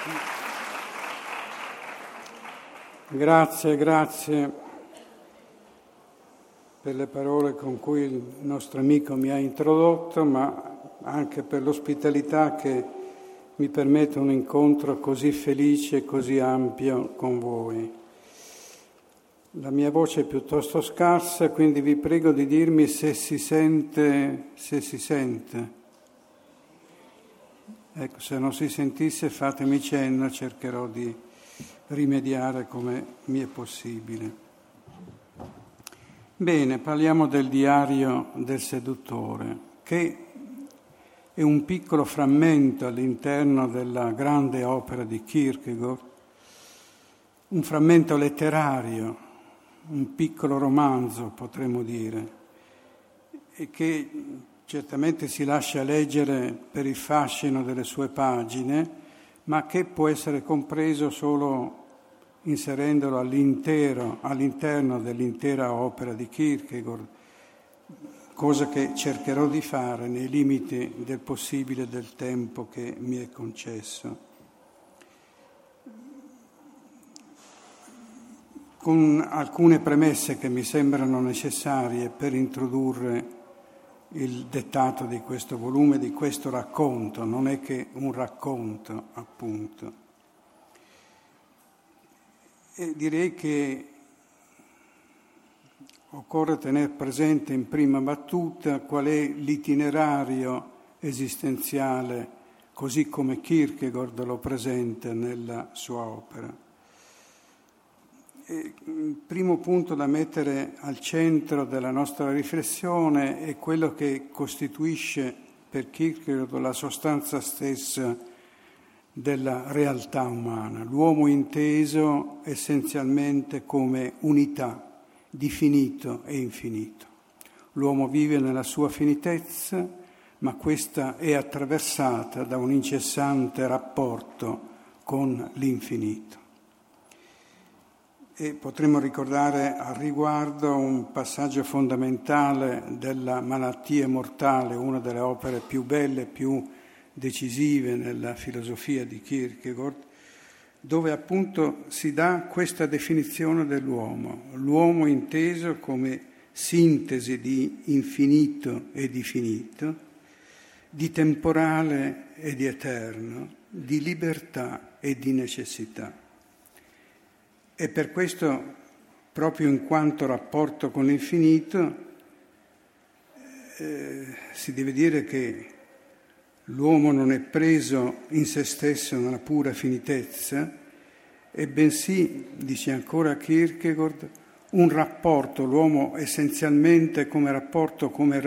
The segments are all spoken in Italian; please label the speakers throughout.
Speaker 1: Grazie per le parole con cui il nostro amico mi ha introdotto, ma anche per l'ospitalità che mi permette un incontro così felice e così ampio con voi. La mia voce è piuttosto scarsa, quindi vi prego di dirmi se si sente. Ecco, se non si sentisse fatemi cenno, cercherò di rimediare come mi è possibile. Bene, parliamo del diario del seduttore, che è un piccolo frammento all'interno della grande opera di Kierkegaard, un frammento letterario, un piccolo romanzo, potremmo dire, e che certamente si lascia leggere per il fascino delle sue pagine, ma che può essere compreso solo inserendolo all'interno dell'intera opera di Kierkegaard, cosa che cercherò di fare nei limiti del possibile del tempo che mi è concesso. Con alcune premesse che mi sembrano necessarie per introdurre il dettato di questo volume, di questo racconto. Non è che un racconto, appunto. E direi che occorre tenere presente in prima battuta qual è l'itinerario esistenziale, così come Kierkegaard lo presenta nella sua opera. E il primo punto da mettere al centro della nostra riflessione è quello che costituisce per Kierkegaard la sostanza stessa della realtà umana, l'uomo inteso essenzialmente come unità di finito e infinito. L'uomo vive nella sua finitezza, ma questa è attraversata da un incessante rapporto con l'infinito. E potremmo ricordare al riguardo un passaggio fondamentale della Malattia mortale, una delle opere più belle, più decisive nella filosofia di Kierkegaard, dove appunto si dà questa definizione dell'uomo, l'uomo inteso come sintesi di infinito e di finito, di temporale e di eterno, di libertà e di necessità. E per questo, proprio in quanto rapporto con l'infinito, si deve dire che l'uomo non è preso in se stesso nella pura finitezza, e bensì, dice ancora Kierkegaard, un rapporto, l'uomo essenzialmente come rapporto, come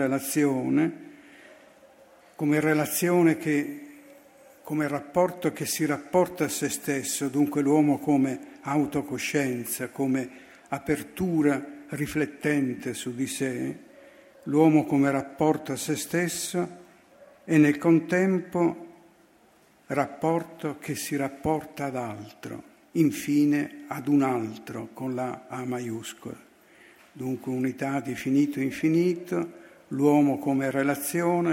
Speaker 1: rapporto che si rapporta a se stesso, dunque l'uomo come autocoscienza, come apertura riflettente su di sé, l'uomo come rapporto a se stesso e nel contempo rapporto che si rapporta ad altro, infine ad un altro con la A maiuscola. Dunque unità di finito infinito, l'uomo come relazione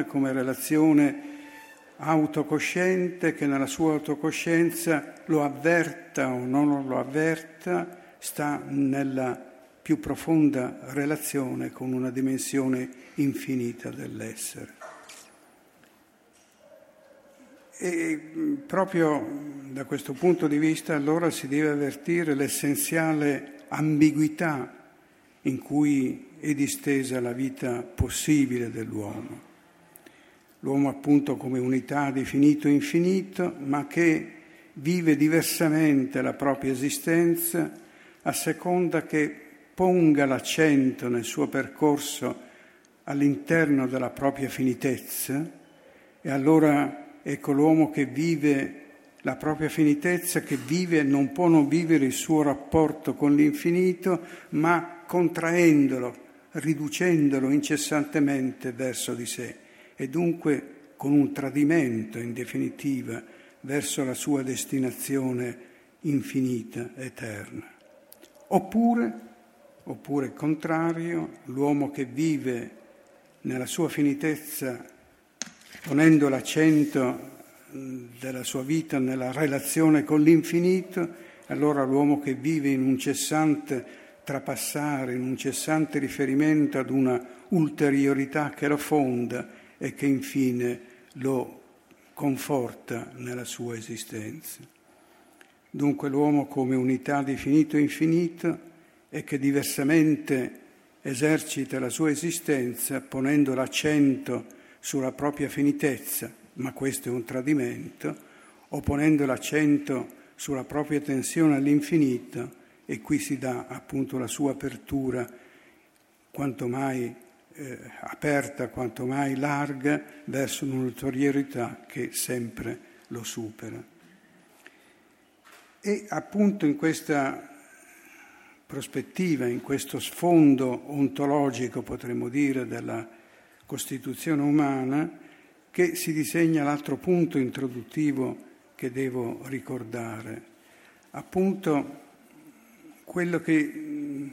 Speaker 1: autocosciente che nella sua autocoscienza lo avverta o non lo avverta, sta nella più profonda relazione con una dimensione infinita dell'essere. E proprio da questo punto di vista allora si deve avvertire l'essenziale ambiguità in cui è distesa la vita possibile dell'uomo. L'uomo appunto come unità di finito infinito, ma che vive diversamente la propria esistenza a seconda che ponga l'accento nel suo percorso all'interno della propria finitezza. E allora ecco l'uomo che vive la propria finitezza, che vive, non può non vivere il suo rapporto con l'infinito, ma contraendolo, riducendolo incessantemente verso di sé. E dunque con un tradimento, in definitiva, verso la sua destinazione infinita, eterna. Oppure il contrario, l'uomo che vive nella sua finitezza, ponendo l'accento della sua vita nella relazione con l'infinito, allora l'uomo che vive in un cessante trapassare, in un cessante riferimento ad una ulteriorità che lo fonda e che infine lo conforta nella sua esistenza. Dunque l'uomo come unità di finito e infinito e che diversamente esercita la sua esistenza ponendo l'accento sulla propria finitezza, ma questo è un tradimento, o ponendo l'accento sulla propria tensione all'infinito, e qui si dà appunto la sua apertura quanto mai aperta, quanto mai larga, verso un'ulteriorità che sempre lo supera. E appunto in questa prospettiva, in questo sfondo ontologico, potremmo dire, della costituzione umana, che si disegna l'altro punto introduttivo che devo ricordare, appunto quello che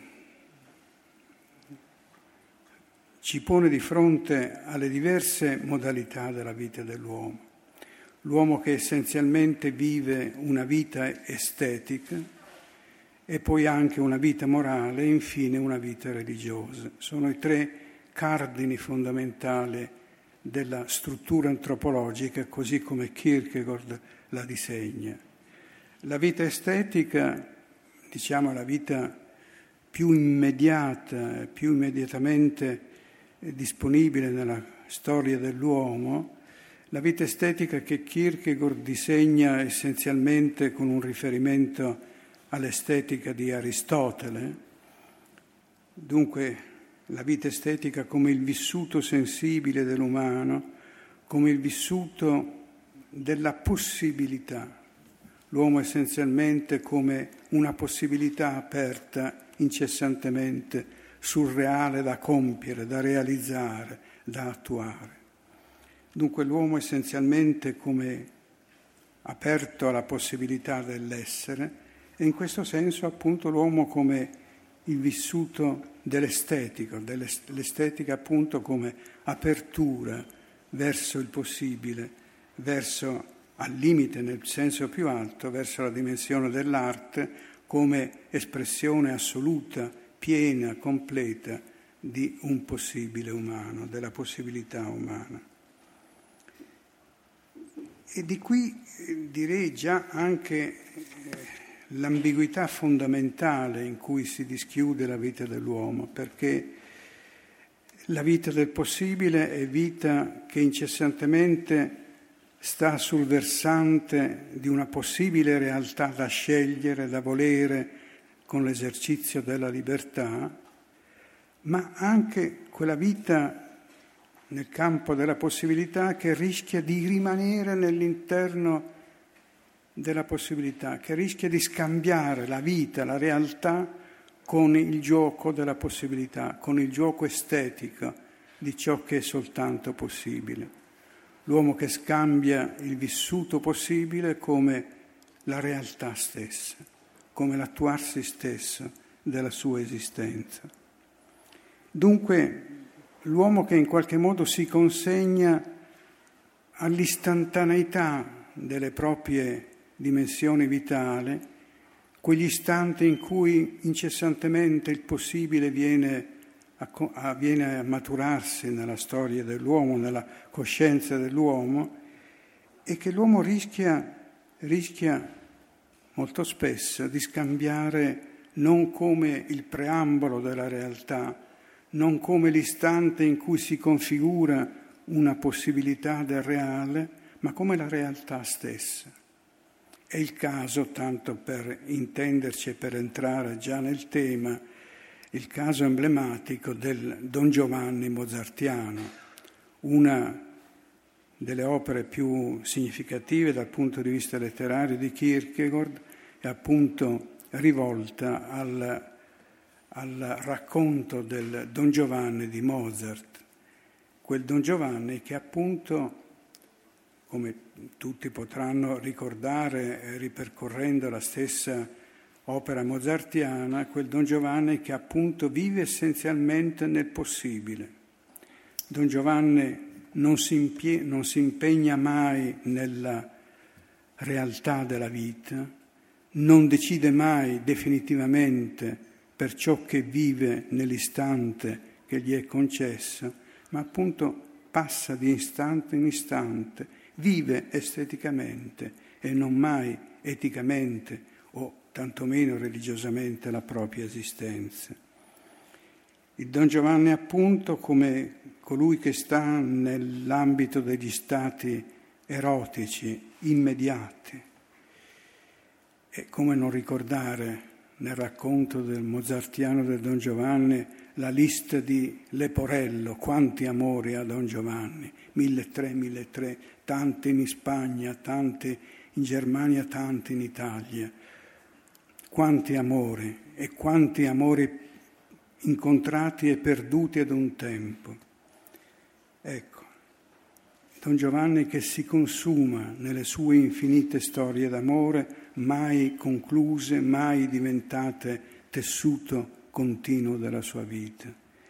Speaker 1: ci pone di fronte alle diverse modalità della vita dell'uomo. L'uomo che essenzialmente vive una vita estetica e poi anche una vita morale e infine una vita religiosa. Sono i tre cardini fondamentali della struttura antropologica, così come Kierkegaard la disegna. La vita estetica, diciamo la vita più immediata, più immediatamente disponibile nella storia dell'uomo, la vita estetica che Kierkegaard disegna essenzialmente con un riferimento all'estetica di Aristotele, dunque la vita estetica come il vissuto sensibile dell'umano, come il vissuto della possibilità, l'uomo essenzialmente come una possibilità aperta incessantemente, surreale da compiere, da realizzare, da attuare. Dunque l'uomo essenzialmente come aperto alla possibilità dell'essere e in questo senso appunto l'uomo come il vissuto dell'estetica, l'estetica appunto come apertura verso il possibile, verso al limite nel senso più alto, verso la dimensione dell'arte come espressione assoluta, piena, completa di un possibile umano, della possibilità umana. E di qui direi già anche l'ambiguità fondamentale in cui si dischiude la vita dell'uomo, perché la vita del possibile è vita che incessantemente sta sul versante di una possibile realtà da scegliere, da volere con l'esercizio della libertà, ma anche quella vita nel campo della possibilità che rischia di rimanere nell'interno della possibilità, che rischia di scambiare la vita, la realtà, con il gioco della possibilità, con il gioco estetico di ciò che è soltanto possibile. L'uomo che scambia il vissuto possibile come la realtà stessa, come l'attuarsi stesso della sua esistenza. Dunque, l'uomo che in qualche modo si consegna all'istantaneità delle proprie dimensioni vitali, quegli istanti in cui incessantemente il possibile viene a maturarsi nella storia dell'uomo, nella coscienza dell'uomo, e che l'uomo rischia molto spesso di scambiare non come il preambolo della realtà, non come l'istante in cui si configura una possibilità del reale, ma come la realtà stessa. È il caso, tanto per intenderci e per entrare già nel tema, il caso emblematico del Don Giovanni mozartiano, una delle opere più significative dal punto di vista letterario di Kierkegaard, è appunto rivolta al racconto del Don Giovanni di Mozart, quel Don Giovanni che appunto, come tutti potranno ricordare ripercorrendo la stessa opera mozartiana, quel Don Giovanni che appunto vive essenzialmente nel possibile. Don Giovanni non si impegna mai nella realtà della vita, non decide mai definitivamente per ciò che vive nell'istante che gli è concesso, ma appunto passa di istante in istante, vive esteticamente e non mai eticamente o tantomeno religiosamente la propria esistenza. Il Don Giovanni appunto come colui che sta nell'ambito degli stati erotici immediati. E come non ricordare nel racconto del mozartiano del Don Giovanni la lista di Leporello, quanti amori ha Don Giovanni, 1300, tanti in Spagna, tanti in Germania, tanti in Italia. Quanti amori e quanti amori incontrati e perduti ad un tempo. Ecco, Don Giovanni che si consuma nelle sue infinite storie d'amore, mai concluse, mai diventate tessuto continuo della sua vita.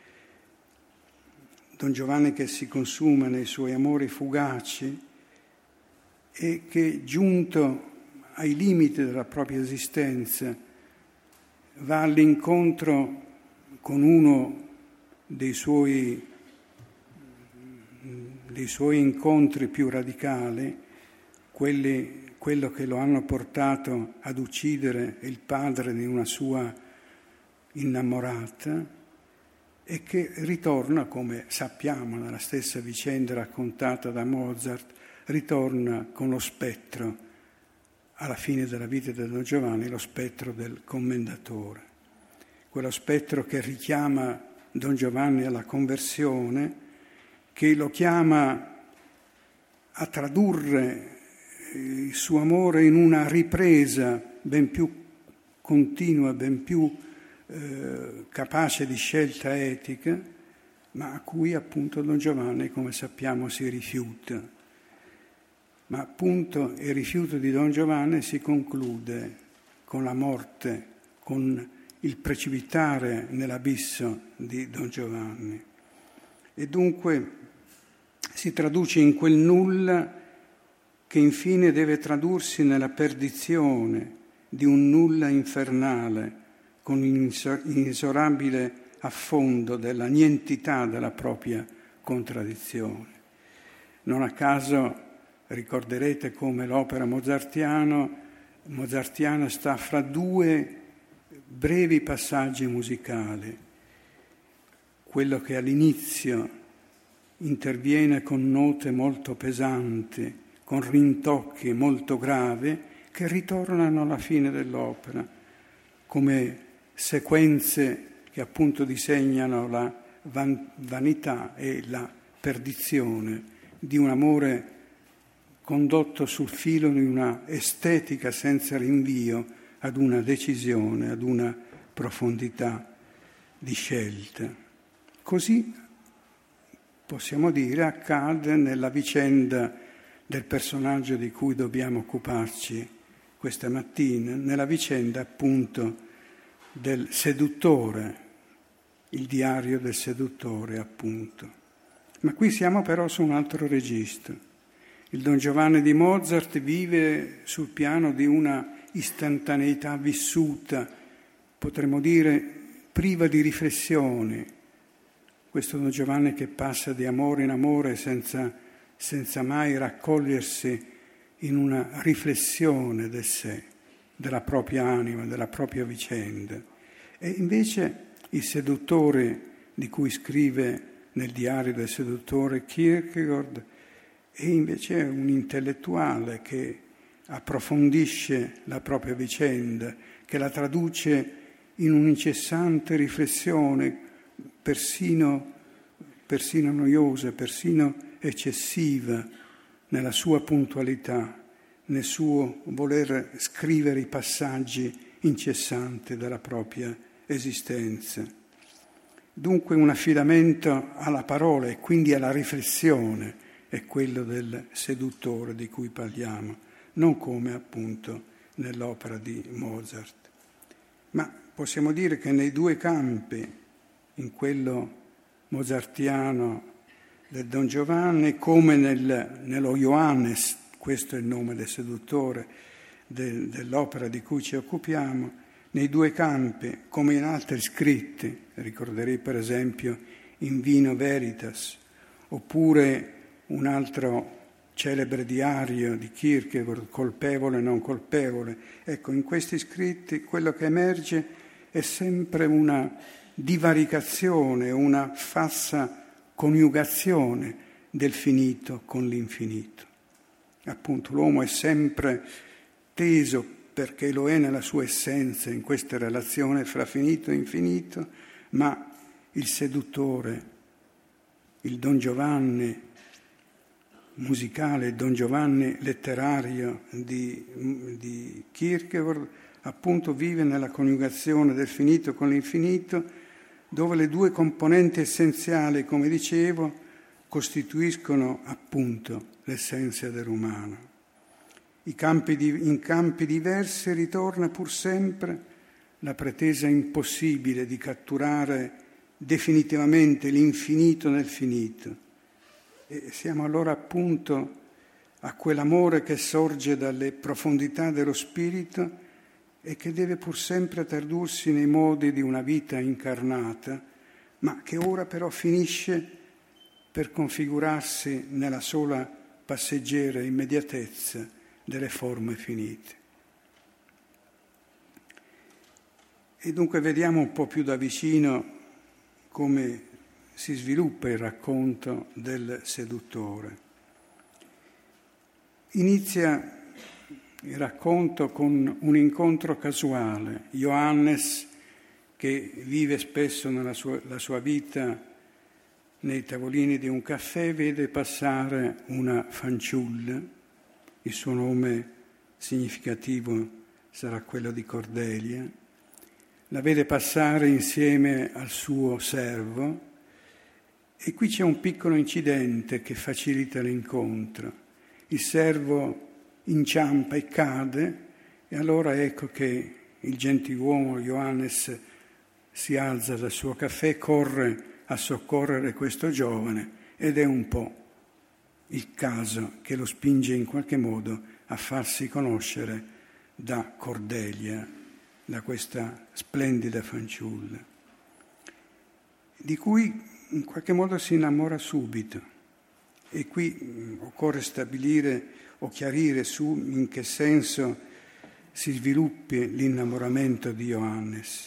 Speaker 1: Don Giovanni che si consuma nei suoi amori fugaci e che, giunto ai limiti della propria esistenza, va all'incontro con uno dei suoi incontri più radicali, quello che lo hanno portato ad uccidere il padre di una sua innamorata, e che ritorna, come sappiamo nella stessa vicenda raccontata da Mozart, ritorna con lo spettro, alla fine della vita di Don Giovanni, lo spettro del commendatore. Quello spettro che richiama Don Giovanni alla conversione, che lo chiama a tradurre il suo amore in una ripresa ben più continua, ben più capace di scelta etica, ma a cui appunto Don Giovanni, come sappiamo, si rifiuta. Ma appunto il rifiuto di Don Giovanni si conclude con la morte, con il precipitare nell'abisso di Don Giovanni. E dunque si traduce in quel nulla che infine deve tradursi nella perdizione di un nulla infernale, con inesorabile affondo della nientità della propria contraddizione. Non a caso ricorderete come l'opera mozartiana sta fra due brevi passaggi musicali. Quello che all'inizio interviene con note molto pesanti, con rintocchi molto gravi, che ritornano alla fine dell'opera, come sequenze che appunto disegnano la vanità e la perdizione di un amore condotto sul filo di una estetica senza rinvio ad una decisione, ad una profondità di scelta. Così, possiamo dire, accade nella vicenda del personaggio di cui dobbiamo occuparci questa mattina, nella vicenda appunto del seduttore, il diario del seduttore appunto. Ma qui siamo però su un altro registro. Il Don Giovanni di Mozart vive sul piano di una istantaneità vissuta, potremmo dire priva di riflessioni. Questo Don Giovanni che passa di amore in amore senza mai raccogliersi in una riflessione del sé, della propria anima, della propria vicenda. E invece il seduttore di cui scrive nel diario del seduttore Kierkegaard è invece un intellettuale che approfondisce la propria vicenda, che la traduce in un'incessante riflessione, persino noiosa, persino eccessiva nella sua puntualità, nel suo voler scrivere i passaggi incessanti della propria esistenza. Dunque un affidamento alla parola e quindi alla riflessione è quello del seduttore di cui parliamo, non come appunto nell'opera di Mozart. Ma possiamo dire che nei due campi, in quello mozartiano del Don Giovanni come nello Johannes questo è il nome del seduttore dell'opera di cui ci occupiamo, nei due campi, come in altri scritti, ricorderei per esempio In Vino Veritas, oppure un altro celebre diario di Kierkegaard, Colpevole e non colpevole. Ecco, in questi scritti quello che emerge è sempre una divaricazione, una falsa coniugazione del finito con l'infinito. Appunto, l'uomo è sempre teso, perché lo è nella sua essenza, in questa relazione fra finito e infinito, ma il seduttore, il Don Giovanni musicale, il Don Giovanni letterario di Kierkegaard, appunto vive nella coniugazione del finito con l'infinito, dove le due componenti essenziali, come dicevo, costituiscono appunto l'essenza dell'umano. In campi diversi ritorna pur sempre la pretesa impossibile di catturare definitivamente l'infinito nel finito. E siamo allora appunto a quell'amore che sorge dalle profondità dello spirito e che deve pur sempre tradursi nei modi di una vita incarnata, ma che ora però finisce per configurarsi nella sola passeggera immediatezza delle forme finite. E dunque vediamo un po' più da vicino come si sviluppa il racconto del seduttore. Inizia il racconto con un incontro casuale. Johannes, che vive spesso la sua vita nei tavolini di un caffè, vede passare una fanciulla. Il suo nome significativo sarà quello di Cordelia. La vede passare insieme al suo servo e qui c'è un piccolo incidente che facilita l'incontro. Il servo inciampa e cade e allora ecco che il gentiluomo Johannes si alza dal suo caffè e corre a soccorrere questo giovane ed è un po' il caso che lo spinge in qualche modo a farsi conoscere da Cordelia, da questa splendida fanciulla, di cui in qualche modo si innamora subito. E qui occorre stabilire o chiarire su in che senso si sviluppi l'innamoramento di Johannes.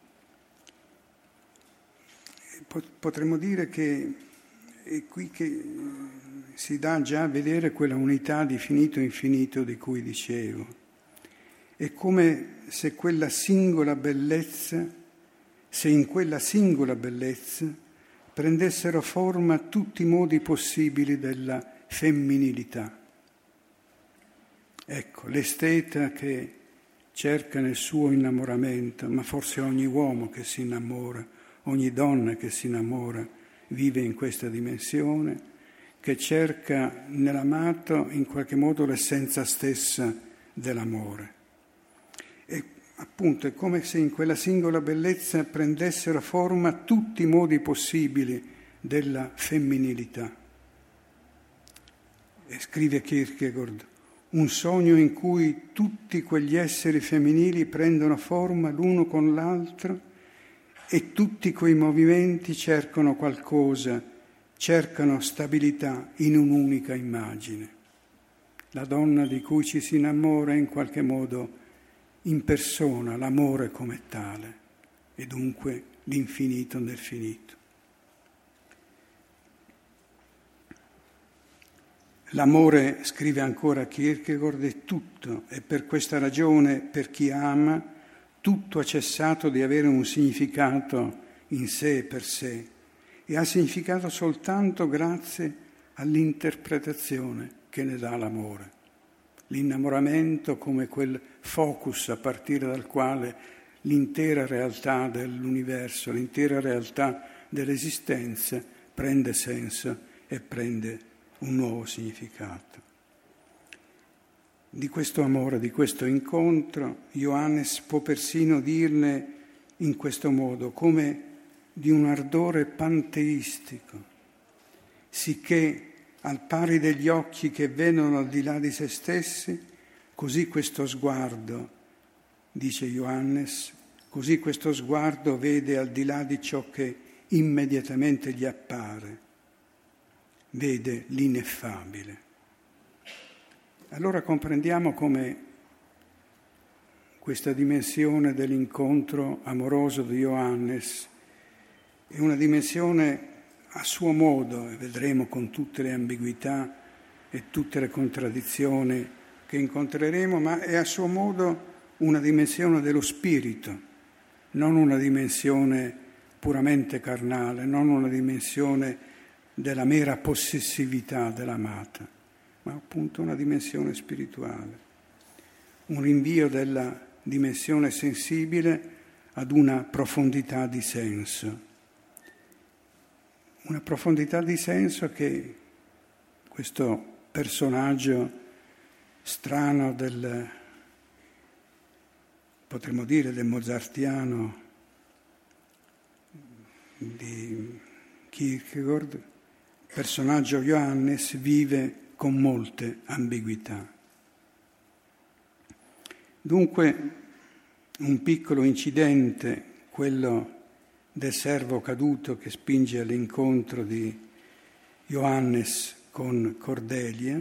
Speaker 1: Potremmo dire che è qui che si dà già a vedere quella unità di finito e infinito di cui dicevo. È come se in quella singola bellezza prendessero forma tutti i modi possibili della femminilità. Ecco, l'esteta che cerca nel suo innamoramento, ma forse ogni uomo che si innamora, ogni donna che si innamora, vive in questa dimensione, che cerca nell'amato in qualche modo l'essenza stessa dell'amore. E appunto è come se in quella singola bellezza prendessero forma tutti i modi possibili della femminilità. E scrive Kierkegaard, un sogno in cui tutti quegli esseri femminili prendono forma l'uno con l'altro e tutti quei movimenti cercano qualcosa, cercano stabilità in un'unica immagine. La donna di cui ci si innamora in qualche modo impersona l'amore come tale e dunque l'infinito nel finito. L'amore, scrive ancora Kierkegaard, è tutto e per questa ragione per chi ama tutto ha cessato di avere un significato in sé e per sé e ha significato soltanto grazie all'interpretazione che ne dà l'amore. L'innamoramento come quel focus a partire dal quale l'intera realtà dell'universo, l'intera realtà dell'esistenza prende senso e prende un nuovo significato. Di questo amore, di questo incontro, Johannes può persino dirne in questo modo, come di un ardore panteistico, sicché al pari degli occhi che vedono al di là di se stessi, così questo sguardo, dice Johannes, così questo sguardo vede al di là di ciò che immediatamente gli appare, vede l'ineffabile. Allora comprendiamo come questa dimensione dell'incontro amoroso di Johannes è una dimensione a suo modo, e vedremo con tutte le ambiguità e tutte le contraddizioni che incontreremo, ma è a suo modo una dimensione dello spirito, non una dimensione puramente carnale, non una dimensione della mera possessività dell'amata, ma appunto una dimensione spirituale, un rinvio della dimensione sensibile ad una profondità di senso. Una profondità di senso che questo personaggio strano potremmo dire, del mozartiano di Kierkegaard, personaggio Johannes, vive con molte ambiguità. Dunque, un piccolo incidente, quello del servo caduto che spinge all'incontro di Johannes con Cordelia,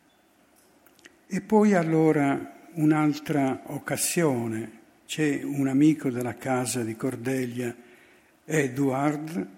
Speaker 1: e poi allora un'altra occasione. C'è un amico della casa di Cordelia, Edward,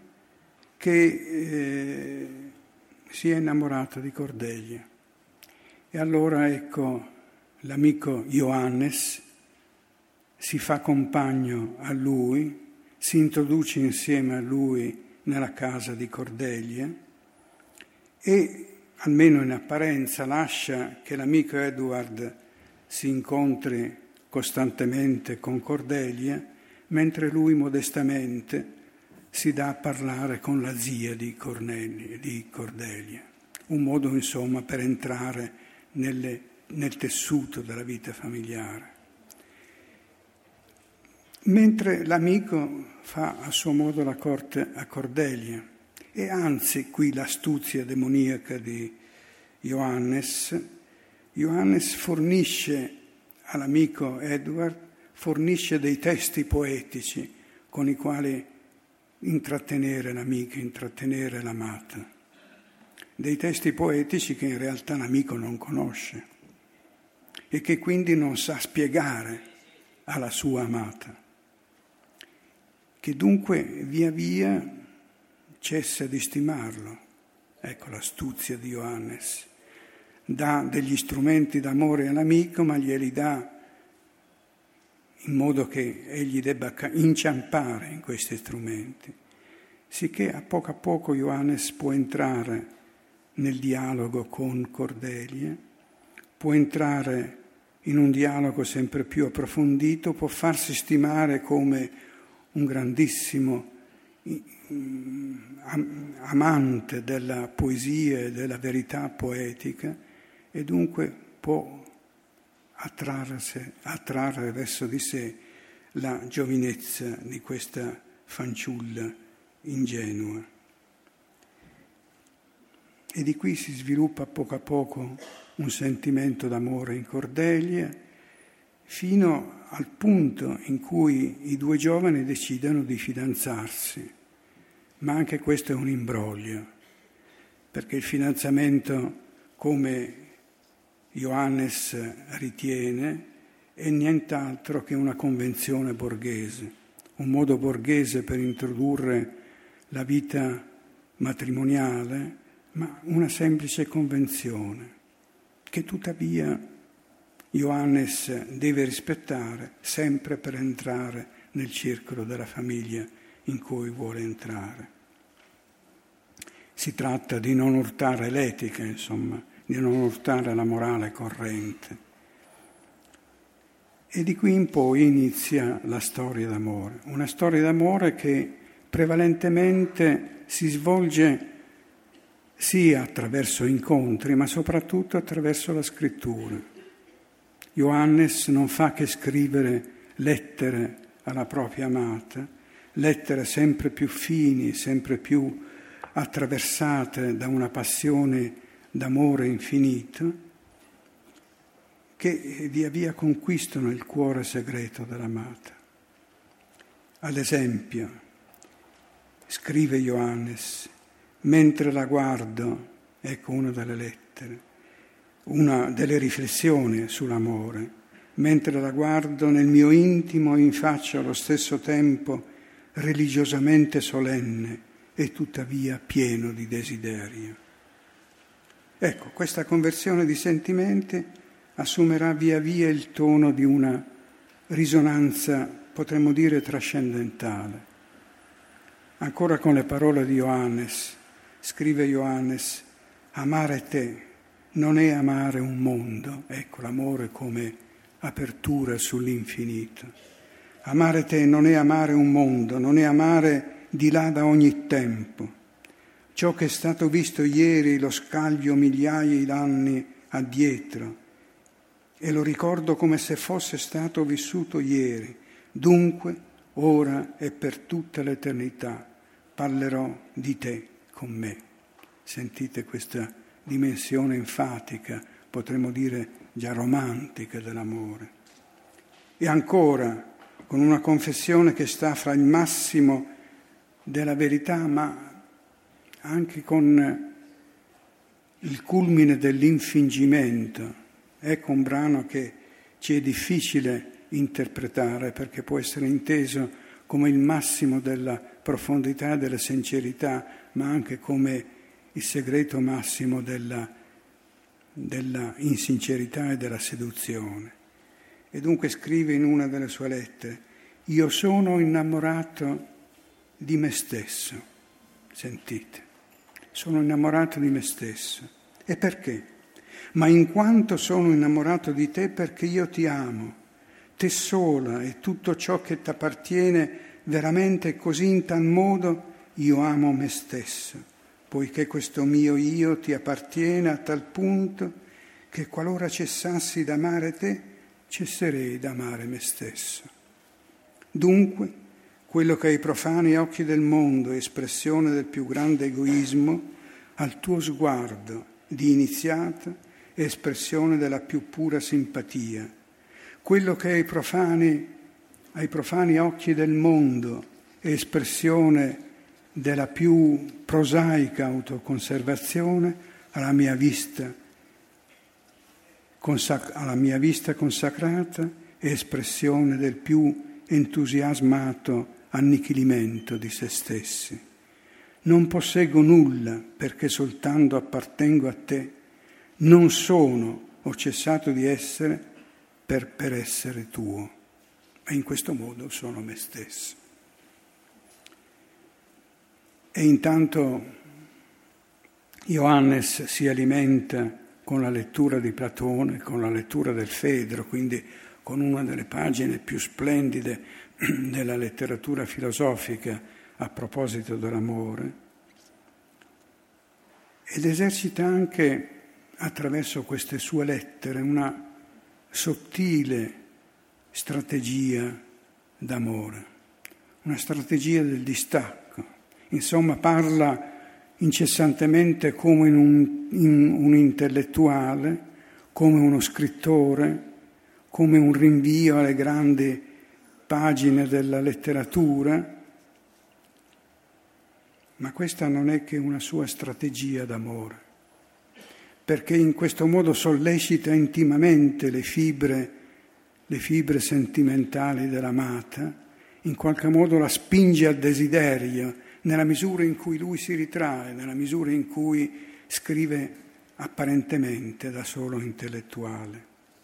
Speaker 1: che si è innamorato di Cordelia. E allora ecco l'amico Johannes si fa compagno a lui, si introduce insieme a lui nella casa di Cordelia e, almeno in apparenza, lascia che l'amico Edward si incontri costantemente con Cordelia, mentre lui modestamente si dà a parlare con la zia di Cordelia. Un modo, insomma, per entrare nel tessuto della vita familiare. Mentre l'amico fa a suo modo la corte a Cordelia, e anzi qui l'astuzia demoniaca di Johannes fornisce all'amico Edward, fornisce dei testi poetici con i quali intrattenere l'amico, intrattenere l'amata. Dei testi poetici che in realtà l'amico non conosce e che quindi non sa spiegare alla sua amata, che dunque via via cessa di stimarlo. Ecco l'astuzia di Johannes. Dà degli strumenti d'amore all'amico, ma glieli dà in modo che egli debba inciampare in questi strumenti, sicché a poco Johannes può entrare nel dialogo con Cordelia, può entrare in un dialogo sempre più approfondito, può farsi stimare come un grandissimo amante della poesia e della verità poetica, e dunque può attrarre verso di sé la giovinezza di questa fanciulla ingenua. E di qui si sviluppa a poco un sentimento d'amore in Cordelia, fino al punto in cui i due giovani decidono di fidanzarsi. Ma anche questo è un imbroglio, perché il fidanzamento, come Johannes ritiene, è nient'altro che una convenzione borghese, un modo borghese per introdurre la vita matrimoniale, ma una semplice convenzione che tuttavia Johannes deve rispettare sempre per entrare nel circolo della famiglia in cui vuole entrare. Si tratta di non urtare l'etica, insomma, di non urtare la morale corrente. E di qui in poi inizia la storia d'amore, una storia d'amore che prevalentemente si svolge sia attraverso incontri, ma soprattutto attraverso la scrittura. Johannes non fa che scrivere lettere alla propria amata, lettere sempre più fini, sempre più attraversate da una passione d'amore infinito che via via conquistano il cuore segreto dell'amata. Ad esempio, scrive Johannes, mentre la guardo, ecco una delle lettere, una delle riflessioni sull'amore, mentre la guardo nel mio intimo in faccia allo stesso tempo religiosamente solenne e tuttavia pieno di desiderio. Ecco, questa conversione di sentimenti assumerà via via il tono di una risonanza, potremmo dire, trascendentale. Ancora con le parole di Johannes, scrive Johannes, amare te non è amare un mondo, ecco l'amore come apertura sull'infinito. Amare te non è amare un mondo, non è amare di là da ogni tempo. Ciò che è stato visto ieri lo scaglio migliaia d'anni addietro e lo ricordo come se fosse stato vissuto ieri. Dunque, ora e per tutta l'eternità parlerò di te con me. Sentite questa dimensione enfatica, potremmo dire già romantica dell'amore. E ancora, con una confessione che sta fra il massimo della verità, ma anche con il culmine dell'infingimento. Ecco un brano che ci è difficile interpretare perché può essere inteso come il massimo della profondità e della sincerità, ma anche come il segreto massimo della insincerità e della seduzione. E dunque scrive in una delle sue lettere, io sono innamorato di me stesso. Sentite, sono innamorato di me stesso. E perché? Ma in quanto sono innamorato di te perché io ti amo, te sola e tutto ciò che ti appartiene veramente così in tal modo io amo me stesso, poiché questo mio io ti appartiene a tal punto che qualora cessassi d'amare te, cesserei d'amare me stesso. Dunque, quello che ai profani occhi del mondo è espressione del più grande egoismo, al tuo sguardo di iniziata è espressione della più pura simpatia. Quello che ai profani occhi del mondo è espressione della più prosaica autoconservazione, alla mia vista consacrata è espressione del più entusiasmato annichilimento di se stessi. Non posseggo nulla perché soltanto appartengo a te, non sono, ho cessato di essere per essere tuo, e in questo modo sono me stesso. E intanto Johannes si alimenta con la lettura di Platone, con la lettura del Fedro, quindi con una delle pagine più splendide della letteratura filosofica a proposito dell'amore, ed esercita anche attraverso queste sue lettere una sottile strategia d'amore, una strategia del distacco. Insomma, parla incessantemente come un intellettuale, come uno scrittore, come un rinvio alle grandi pagine della letteratura, ma questa non è che una sua strategia d'amore, perché in questo modo sollecita intimamente le fibre sentimentali dell'amata, in qualche modo la spinge al desiderio, nella misura in cui lui si ritrae, nella misura in cui scrive apparentemente da solo intellettuale.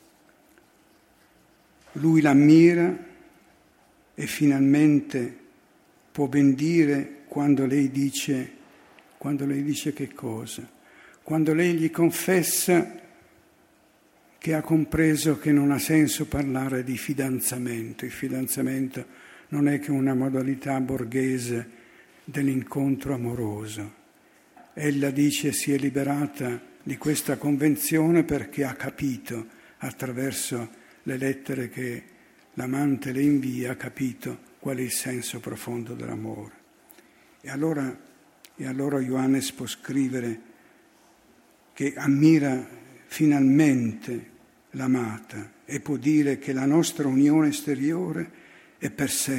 Speaker 1: Lui l'ammira e finalmente può ben dire quando lei dice che cosa? Quando lei gli confessa che ha compreso che non ha senso parlare di fidanzamento. Il fidanzamento non è che una modalità borghese dell'incontro amoroso. Ella dice si è liberata di questa convenzione perché ha capito, attraverso le lettere che l'amante le invia, ha capito qual è il senso profondo dell'amore. E allora Johannes può scrivere che ammira finalmente l'amata e può dire che la nostra unione esteriore è per se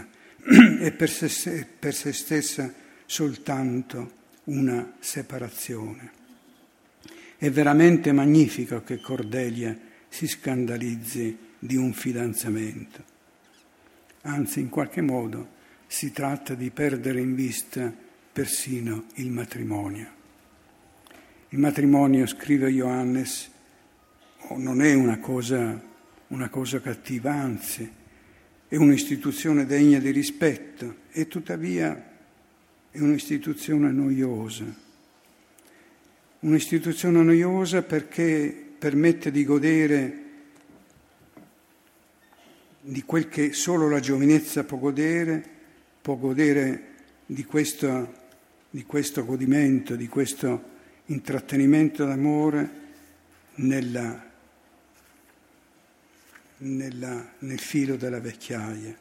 Speaker 1: stessa soltanto una separazione. È veramente magnifico che Cordelia si scandalizzi di un fidanzamento. Anzi, in qualche modo si tratta di perdere in vista persino il matrimonio. Il matrimonio, scrive Johannes, non è una cosa cattiva, anzi, è un'istituzione degna di rispetto e tuttavia è un'istituzione noiosa. Un'istituzione noiosa perché permette di godere di quel che solo la giovinezza può godere di questo godimento, di questo intrattenimento d'amore nel filo della vecchiaia.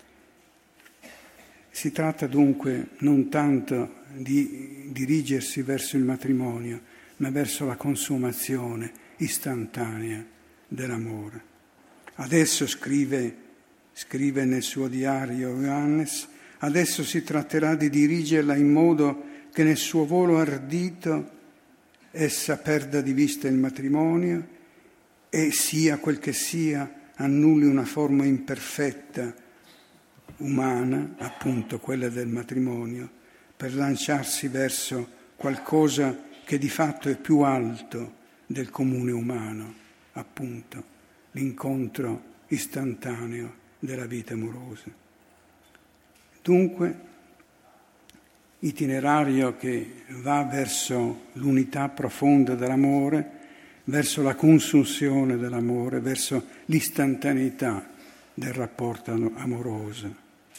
Speaker 1: Si tratta dunque non tanto di dirigersi verso il matrimonio, ma verso la consumazione istantanea dell'amore. Adesso scrive nel suo diario Johannes, adesso si tratterà di dirigerla in modo che nel suo volo ardito essa perda di vista il matrimonio e sia quel che sia annulli una forma imperfetta, umana, appunto quella del matrimonio, per lanciarsi verso qualcosa che di fatto è più alto del comune umano, appunto l'incontro istantaneo della vita amorosa. Dunque, itinerario che va verso l'unità profonda dell'amore, verso la consunzione dell'amore, verso l'istantaneità del rapporto amoroso.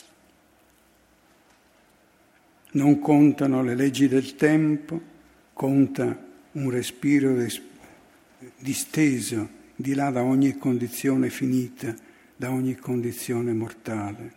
Speaker 1: Non contano le leggi del tempo, conta un respiro disteso di là da ogni condizione finita, da ogni condizione mortale.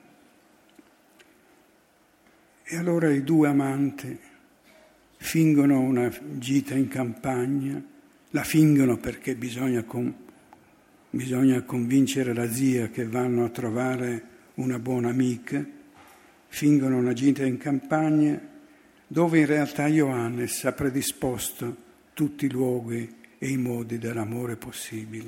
Speaker 1: E allora i due amanti fingono una gita in campagna, la fingono perché bisogna convincere la zia che vanno a trovare una buona amica, fingono una gita in campagna dove in realtà Johannes ha predisposto tutti i luoghi e i modi dell'amore possibile.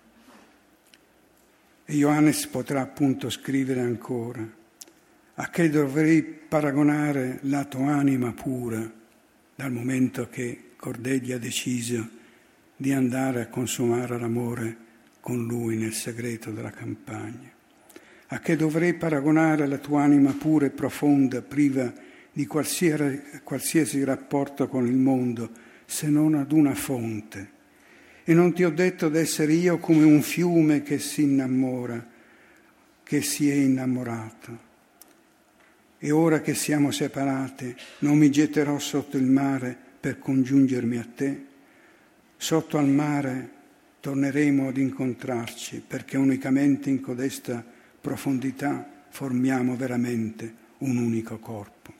Speaker 1: E Johannes potrà appunto scrivere ancora: a che dovrei paragonare la tua anima pura, dal momento che Cordelia ha deciso di andare a consumare l'amore con lui nel segreto della campagna. A che dovrei paragonare la tua anima pura e profonda, priva di qualsiasi rapporto con il mondo, se non ad una fonte? E non ti ho detto d'essere io come un fiume che si innamora, che si è innamorato. E ora che siamo separati, non mi getterò sotto il mare per congiungermi a te. Sotto al mare torneremo ad incontrarci, perché unicamente in codesta profondità formiamo veramente un unico corpo.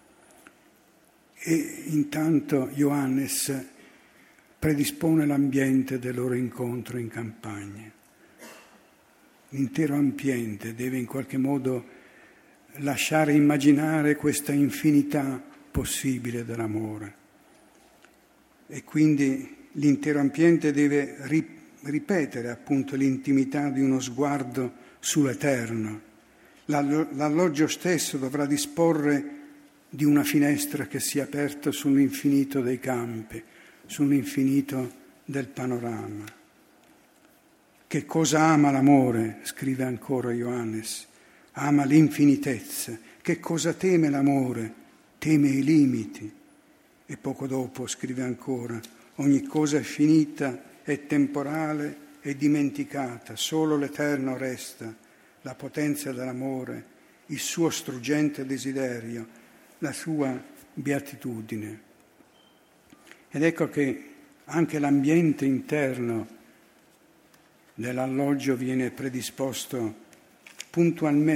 Speaker 1: E intanto Johannes predispone l'ambiente del loro incontro in campagna. L'intero ambiente deve in qualche modo lasciare immaginare questa infinità possibile dell'amore. E quindi l'intero ambiente deve ripetere appunto l'intimità di uno sguardo sull'eterno. L'alloggio stesso dovrà disporre di una finestra che sia aperta sull'infinito dei campi, sull'infinito del panorama. Che cosa ama l'amore? Scrive ancora Johannes. Ama l'infinitezza. Che cosa teme l'amore? Teme i limiti. E poco dopo scrive ancora: ogni cosa è finita, è temporale, è dimenticata, solo l'eterno resta, la potenza dell'amore, il suo struggente desiderio, la sua beatitudine. Ed ecco che anche l'ambiente interno dell'alloggio viene predisposto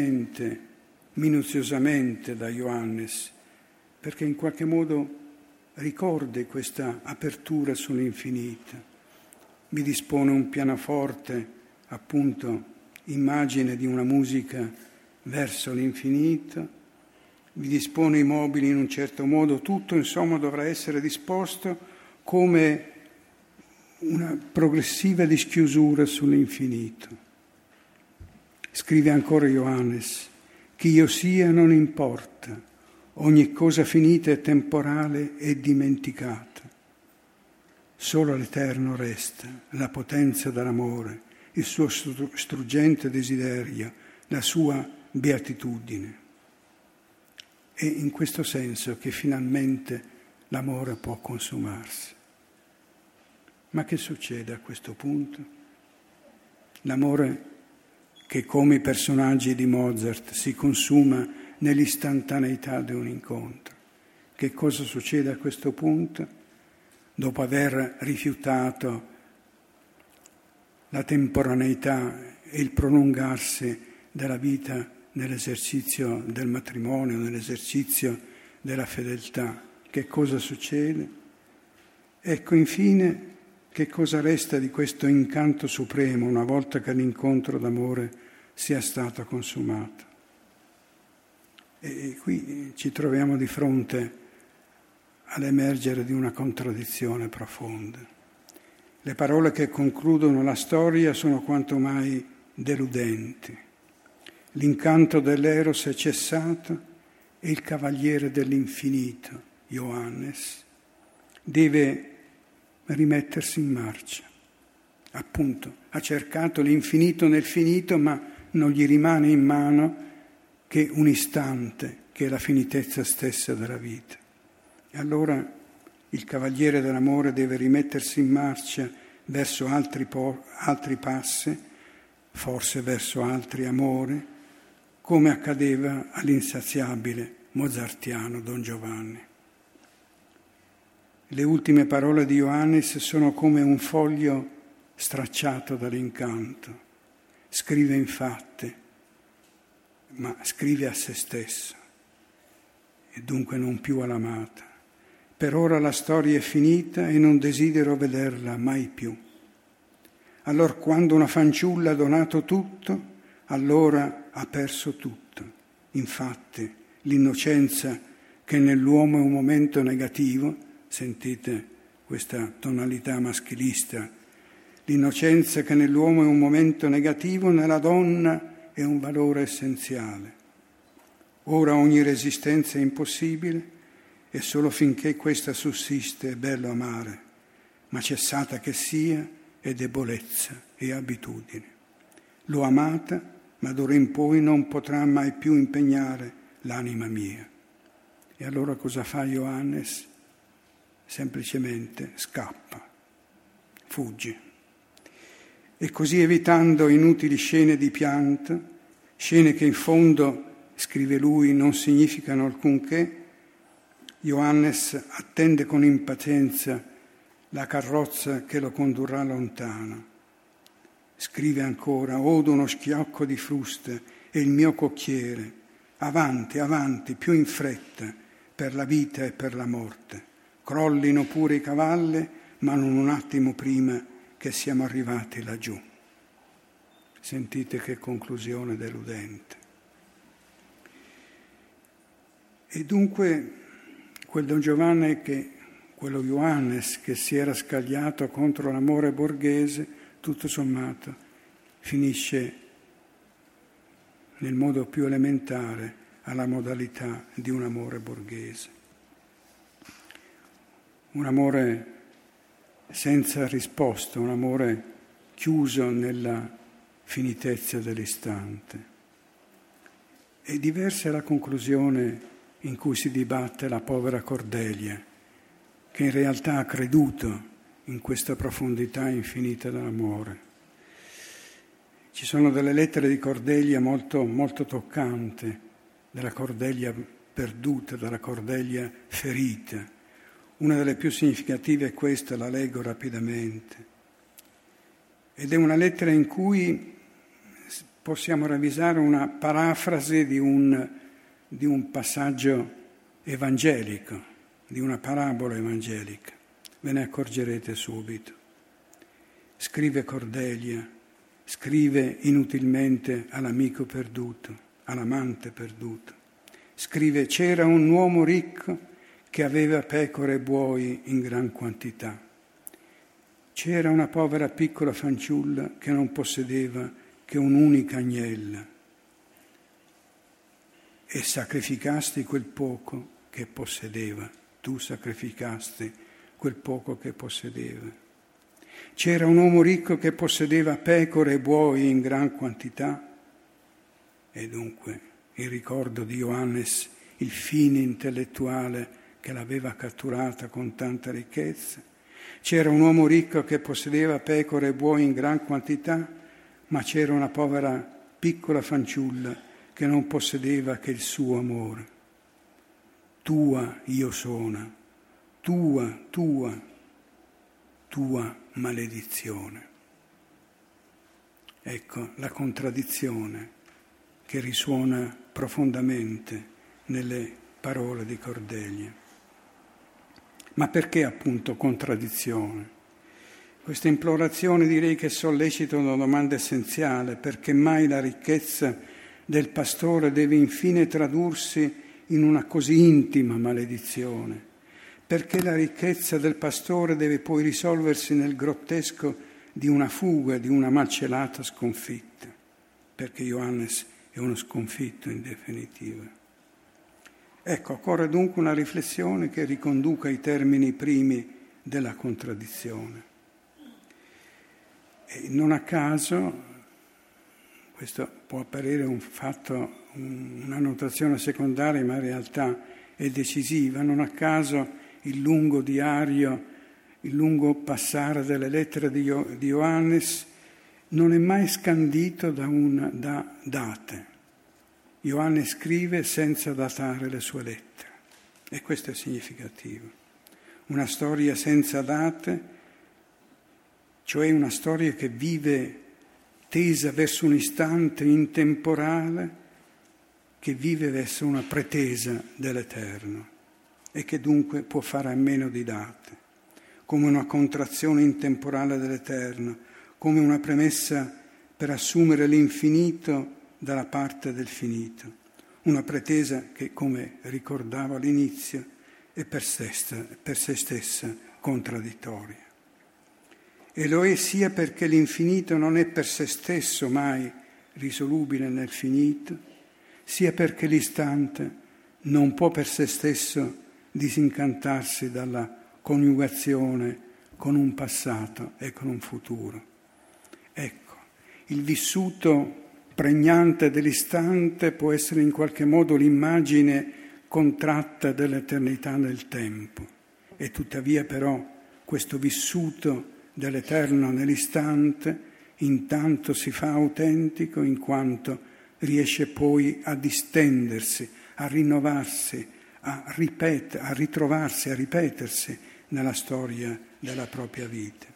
Speaker 1: puntualmente, minuziosamente da Johannes, perché in qualche modo ricordi questa apertura sull'infinito. Vi dispone un pianoforte, appunto, immagine di una musica verso l'infinito, vi dispone i mobili in un certo modo, tutto insomma dovrà essere disposto come una progressiva dischiusura sull'infinito. Scrive ancora Ioannes: chi io sia non importa, ogni cosa finita e temporale è dimenticata. Solo l'Eterno resta, la potenza dell'amore, il suo struggente desiderio, la sua beatitudine. È in questo senso che finalmente l'amore può consumarsi. Ma che succede a questo punto? L'amore che, come i personaggi di Mozart, si consuma nell'istantaneità di un incontro. Che cosa succede a questo punto? Dopo aver rifiutato la temporaneità e il prolungarsi della vita nell'esercizio del matrimonio, nell'esercizio della fedeltà, che cosa succede? Ecco, infine, che cosa resta di questo incanto supremo una volta che l'incontro d'amore sia stato consumato? E qui ci troviamo di fronte all'emergere di una contraddizione profonda. Le parole che concludono la storia sono quanto mai deludenti. L'incanto dell'Eros è cessato e il cavaliere dell'infinito, Ioannes, deve rimettersi in marcia. Appunto, ha cercato l'infinito nel finito, ma non gli rimane in mano che un istante, che è la finitezza stessa della vita. E allora il cavaliere dell'amore deve rimettersi in marcia verso altri passi, forse verso altri amori, come accadeva all'insaziabile mozartiano Don Giovanni. Le ultime parole di Ioannis sono come un foglio stracciato dall'incanto. Scrive infatti, ma scrive a se stesso e dunque non più all'amata. Per ora la storia è finita e non desidero vederla mai più. Allora quando una fanciulla ha donato tutto, allora ha perso tutto. Infatti l'innocenza che nell'uomo è un momento negativo, sentite questa tonalità maschilista, l'innocenza che nell'uomo è un momento negativo, nella donna è un valore essenziale. Ora ogni resistenza è impossibile e solo finché questa sussiste è bello amare, ma cessata che sia è debolezza e abitudine. L'ho amata, ma d'ora in poi non potrà mai più impegnare l'anima mia. E allora cosa fa Ioannes? Semplicemente scappa, fugge. E così, evitando inutili scene di pianto, scene che in fondo, scrive lui, non significano alcunché, Ioannes attende con impazienza la carrozza che lo condurrà lontano. Scrive ancora: odo uno schiocco di fruste e il mio cocchiere, avanti, avanti, più in fretta, per la vita e per la morte. Crollino pure i cavalli, ma non un attimo prima che siamo arrivati laggiù. Sentite che conclusione deludente. E dunque quel Don Giovanni quello Ioannes che si era scagliato contro l'amore borghese, tutto sommato, finisce nel modo più elementare alla modalità di un amore borghese. Un amore senza risposta, un amore chiuso nella finitezza dell'istante. E diversa è la conclusione in cui si dibatte la povera Cordelia, che in realtà ha creduto in questa profondità infinita dell'amore. Ci sono delle lettere di Cordelia molto, molto toccanti, della Cordelia perduta, della Cordelia ferita. Una delle più significative è questa, la leggo rapidamente. Ed è una lettera in cui possiamo ravvisare una parafrasi di un passaggio evangelico. di una parabola evangelica, ve ne accorgerete subito. Scrive Cordelia, scrive inutilmente all'amico perduto, all'amante perduto. Scrive: c'era un uomo ricco che aveva pecore e buoi in gran quantità. C'era una povera piccola fanciulla che non possedeva che un'unica agnella. E sacrificasti quel poco che possedeva. Tu sacrificasti quel poco che possedeva. C'era un uomo ricco che possedeva pecore e buoi in gran quantità. E dunque il ricordo di Ioannes, il fine intellettuale che l'aveva catturata con tanta ricchezza. C'era un uomo ricco che possedeva pecore e buoi in gran quantità, ma c'era una povera piccola fanciulla che non possedeva che il suo amore. Tua io sono, tua maledizione. Ecco la contraddizione che risuona profondamente nelle parole di Cordelia. Ma perché appunto contraddizione? Questa implorazione direi che sollecita una domanda essenziale: perché mai la ricchezza del pastore deve infine tradursi in una così intima maledizione? Perché la ricchezza del pastore deve poi risolversi nel grottesco di una fuga, di una malcelata sconfitta? Perché Ioannes è uno sconfitto in definitiva. Ecco, occorre dunque una riflessione che riconduca i termini primi della contraddizione. E non a caso, questo può apparire un fatto, una notazione secondaria, ma in realtà è decisiva, non a caso il lungo diario, il lungo passare delle lettere di Ioannes non è mai scandito da date. Ioanne scrive senza datare le sue lettere, e questo è significativo. Una storia senza date, cioè una storia che vive tesa verso un istante intemporale, che vive verso una pretesa dell'eterno e che dunque può fare a meno di date, come una contrazione intemporale dell'eterno, come una premessa per assumere l'infinito dalla parte del finito, una pretesa che, come ricordavo all'inizio, è per sé stessa contraddittoria. E lo è sia perché l'infinito non è per sé stesso mai risolubile nel finito, sia perché l'istante non può per sé stesso disincantarsi dalla coniugazione con un passato e con un futuro. Ecco, il vissuto pregnante dell'istante può essere in qualche modo l'immagine contratta dell'eternità nel tempo, e tuttavia però questo vissuto dell'eterno nell'istante intanto si fa autentico in quanto riesce poi a distendersi, a rinnovarsi, a ritrovarsi, a ripetersi nella storia della propria vita.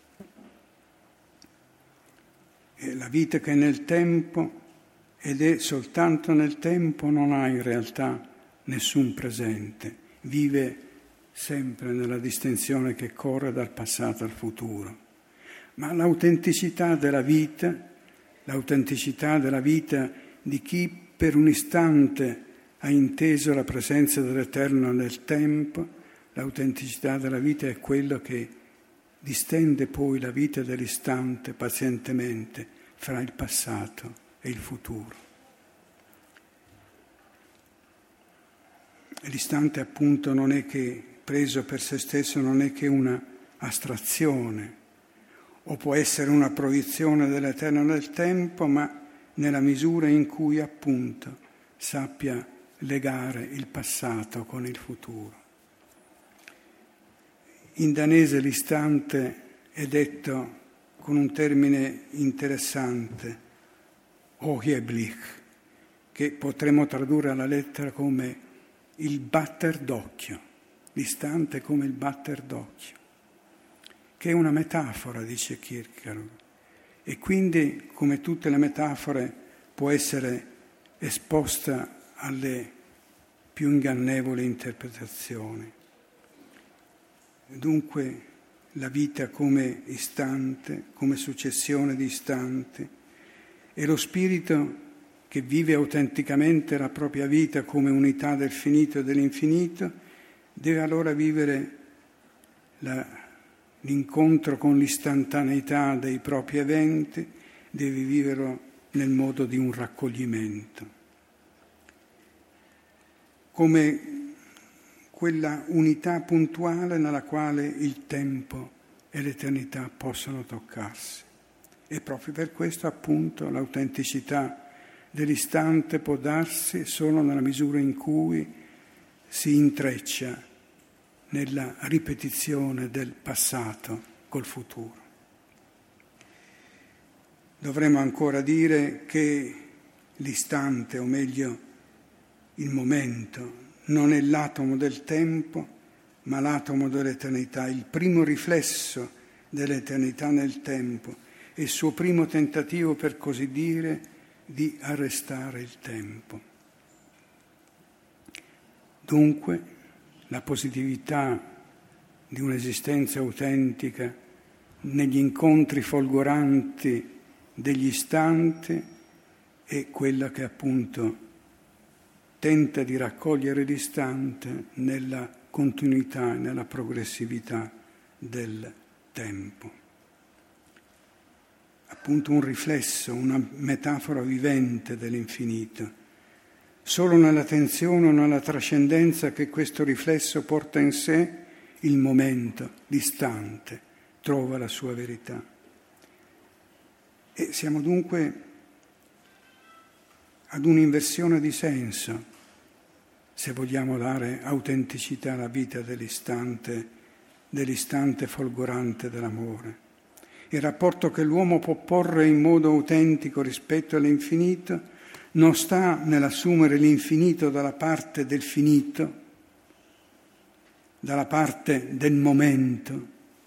Speaker 1: E la vita che è nel tempo, ed è soltanto nel tempo, non ha in realtà nessun presente, vive sempre nella distinzione che corre dal passato al futuro. Ma l'autenticità della vita di chi per un istante ha inteso la presenza dell'Eterno nel tempo, l'autenticità della vita è quello che distende poi la vita dell'istante pazientemente fra il passato e il futuro. L'istante appunto non è che, preso per se stesso, non è che una astrazione, o può essere una proiezione dell'Eterno nel tempo, ma nella misura in cui appunto sappia legare il passato con il futuro. In danese l'istante è detto con un termine interessante, øjeblik, che potremmo tradurre alla lettera come il batter d'occhio, l'istante come il batter d'occhio, che è una metafora, dice Kierkegaard, e quindi, come tutte le metafore, può essere esposta alle più ingannevoli interpretazioni. dunque la vita come istante, come successione di istanti, e lo spirito che vive autenticamente la propria vita come unità del finito e dell'infinito, deve allora vivere l'incontro con l'istantaneità dei propri eventi, deve viverlo nel modo di un raccoglimento, come quella unità puntuale nella quale il tempo e l'eternità possono toccarsi. E proprio per questo, appunto, l'autenticità dell'istante può darsi solo nella misura in cui si intreccia nella ripetizione del passato col futuro. Dovremmo ancora dire che l'istante, o meglio il momento, non è l'atomo del tempo, ma l'atomo dell'eternità, il primo riflesso dell'eternità nel tempo e il suo primo tentativo, per così dire, di arrestare il tempo. Dunque, la positività di un'esistenza autentica negli incontri folgoranti degli istanti è quella che appunto tenta di raccogliere l'istante nella continuità, nella progressività del tempo. Appunto un riflesso, una metafora vivente dell'infinito. Solo nella tensione o nella trascendenza che questo riflesso porta in sé, il momento, l'istante, trova la sua verità. E siamo dunque ad un'inversione di senso, se vogliamo dare autenticità alla vita dell'istante folgorante dell'amore. Il rapporto che l'uomo può porre in modo autentico rispetto all'infinito non sta nell'assumere l'infinito dalla parte del finito, dalla parte del momento,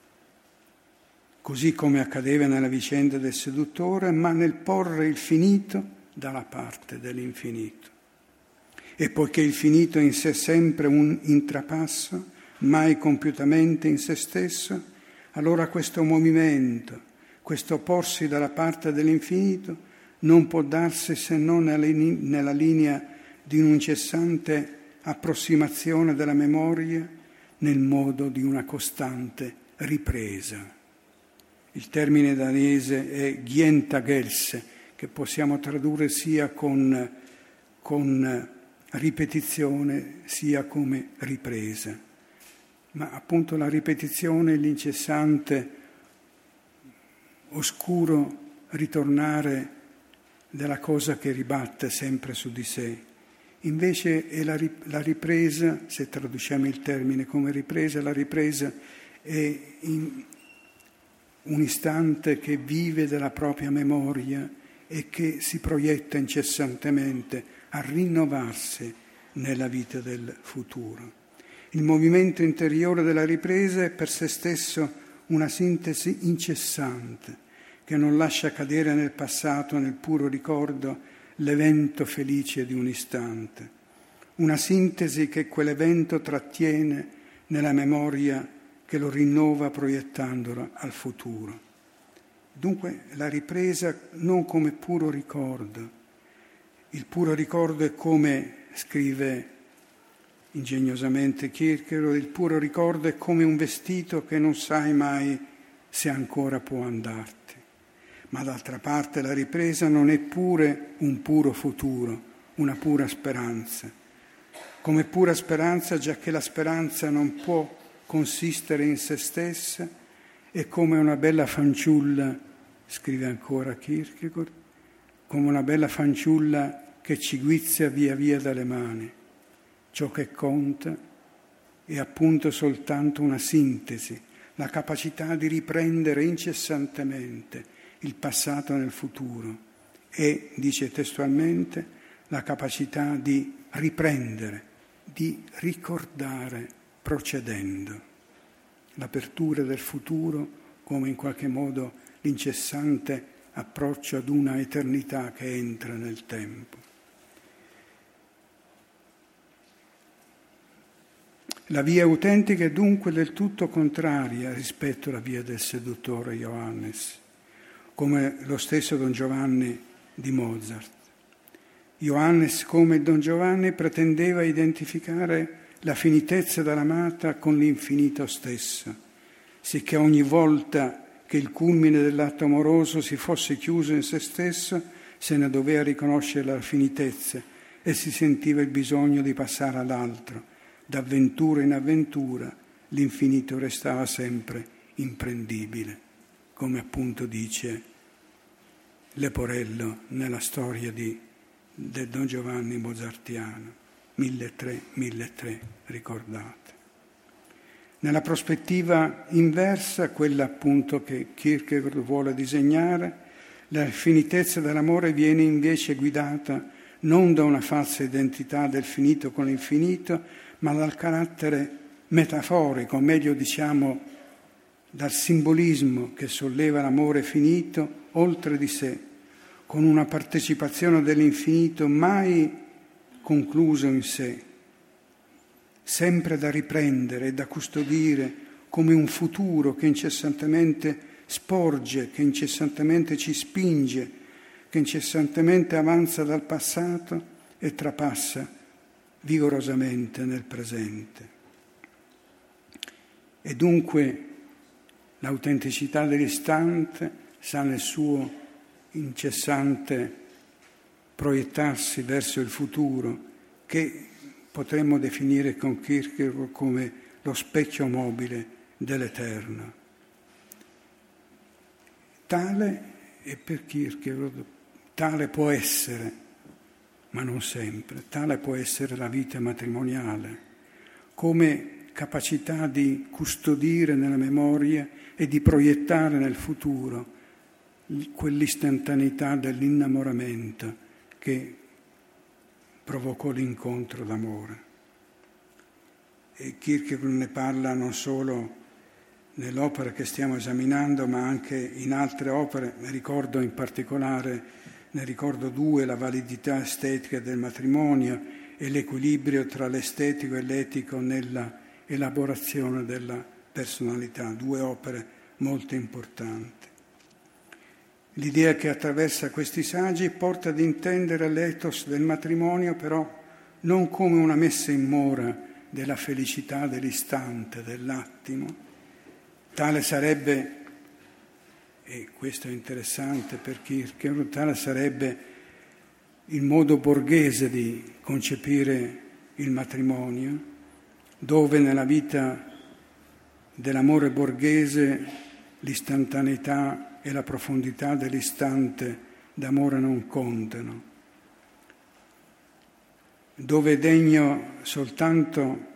Speaker 1: così come accadeva nella vicenda del seduttore, ma nel porre il finito dalla parte dell'infinito. E poiché il finito è in sé sempre un intrapasso, mai compiutamente in se stesso, allora questo movimento, questo porsi dalla parte dell'infinito, non può darsi se non nella linea di un'incessante approssimazione della memoria nel modo di una costante ripresa. Il termine danese è gjentagelse, che possiamo tradurre sia con ripetizione sia come ripresa. Ma appunto la ripetizione, l'incessante, oscuro ritornare della cosa che ribatte sempre su di sé. Invece è la ripresa, se traduciamo il termine come ripresa, la ripresa è un istante che vive della propria memoria e che si proietta incessantemente a rinnovarsi nella vita del futuro. Il movimento interiore della ripresa è per se stesso una sintesi incessante che non lascia cadere nel passato, nel puro ricordo, l'evento felice di un istante. Una sintesi che quell'evento trattiene nella memoria che lo rinnova proiettandolo al futuro. Dunque la ripresa non come puro ricordo. Il puro ricordo è come, scrive ingegnosamente Kierkegaard, il puro ricordo è come un vestito che non sai mai se ancora può andarti. Ma d'altra parte la ripresa non è pure un puro futuro, una pura speranza. Come pura speranza, giacché la speranza non può consistere in se stessa, è come una bella fanciulla, scrive ancora Kierkegaard, come una bella fanciulla che ci guizza via via dalle mani. Ciò che conta è appunto soltanto una sintesi, la capacità di riprendere incessantemente il passato nel futuro e, dice testualmente, la capacità di riprendere, di ricordare procedendo. L'apertura del futuro come in qualche modo l'incessante approccio ad una eternità che entra nel tempo. La via autentica è dunque del tutto contraria rispetto alla via del seduttore Johannes, come lo stesso Don Giovanni di Mozart. Johannes, come Don Giovanni, pretendeva identificare la finitezza dell'amata con l'infinito stesso, sicché ogni volta che il culmine dell'atto amoroso si fosse chiuso in se stesso, se ne doveva riconoscere la finitezza e si sentiva il bisogno di passare all'altro. D'avventura in avventura l'infinito restava sempre imprendibile, come appunto dice Leporello nella storia del Don Giovanni mozartiano, 1300, ricordate. Nella prospettiva inversa, quella appunto che Kierkegaard vuole disegnare, la finitezza dell'amore viene invece guidata non da una falsa identità del finito con l'infinito, ma dal carattere metaforico, o meglio diciamo dal simbolismo che solleva l'amore finito oltre di sé, con una partecipazione dell'infinito mai concluso in sé, sempre da riprendere e da custodire come un futuro che incessantemente sporge, che incessantemente ci spinge, che incessantemente avanza dal passato e trapassa vigorosamente nel presente. E dunque l'autenticità dell'istante sta nel suo incessante proiettarsi verso il futuro, che potremmo definire con Kierkegaard come lo specchio mobile dell'eterno. Tale, e per Kierkegaard, tale può essere, ma non sempre, tale può essere la vita matrimoniale, come capacità di custodire nella memoria e di proiettare nel futuro quell'istantaneità dell'innamoramento che provocò l'incontro d'amore. E Kierkegaard ne parla non solo nell'opera che stiamo esaminando, ma anche in altre opere. Ne ricordo due, la validità estetica del matrimonio e l'equilibrio tra l'estetico e l'etico nella elaborazione della personalità, due opere molto importanti. L'idea che attraversa questi saggi porta ad intendere l'ethos del matrimonio però non come una messa in mora della felicità dell'istante, dell'attimo. Tale sarebbe, e questo è interessante per Kierkegaard, tale sarebbe il modo borghese di concepire il matrimonio, dove nella vita dell'amore borghese l'istantaneità e la profondità dell'istante d'amore non contano, dove è degno soltanto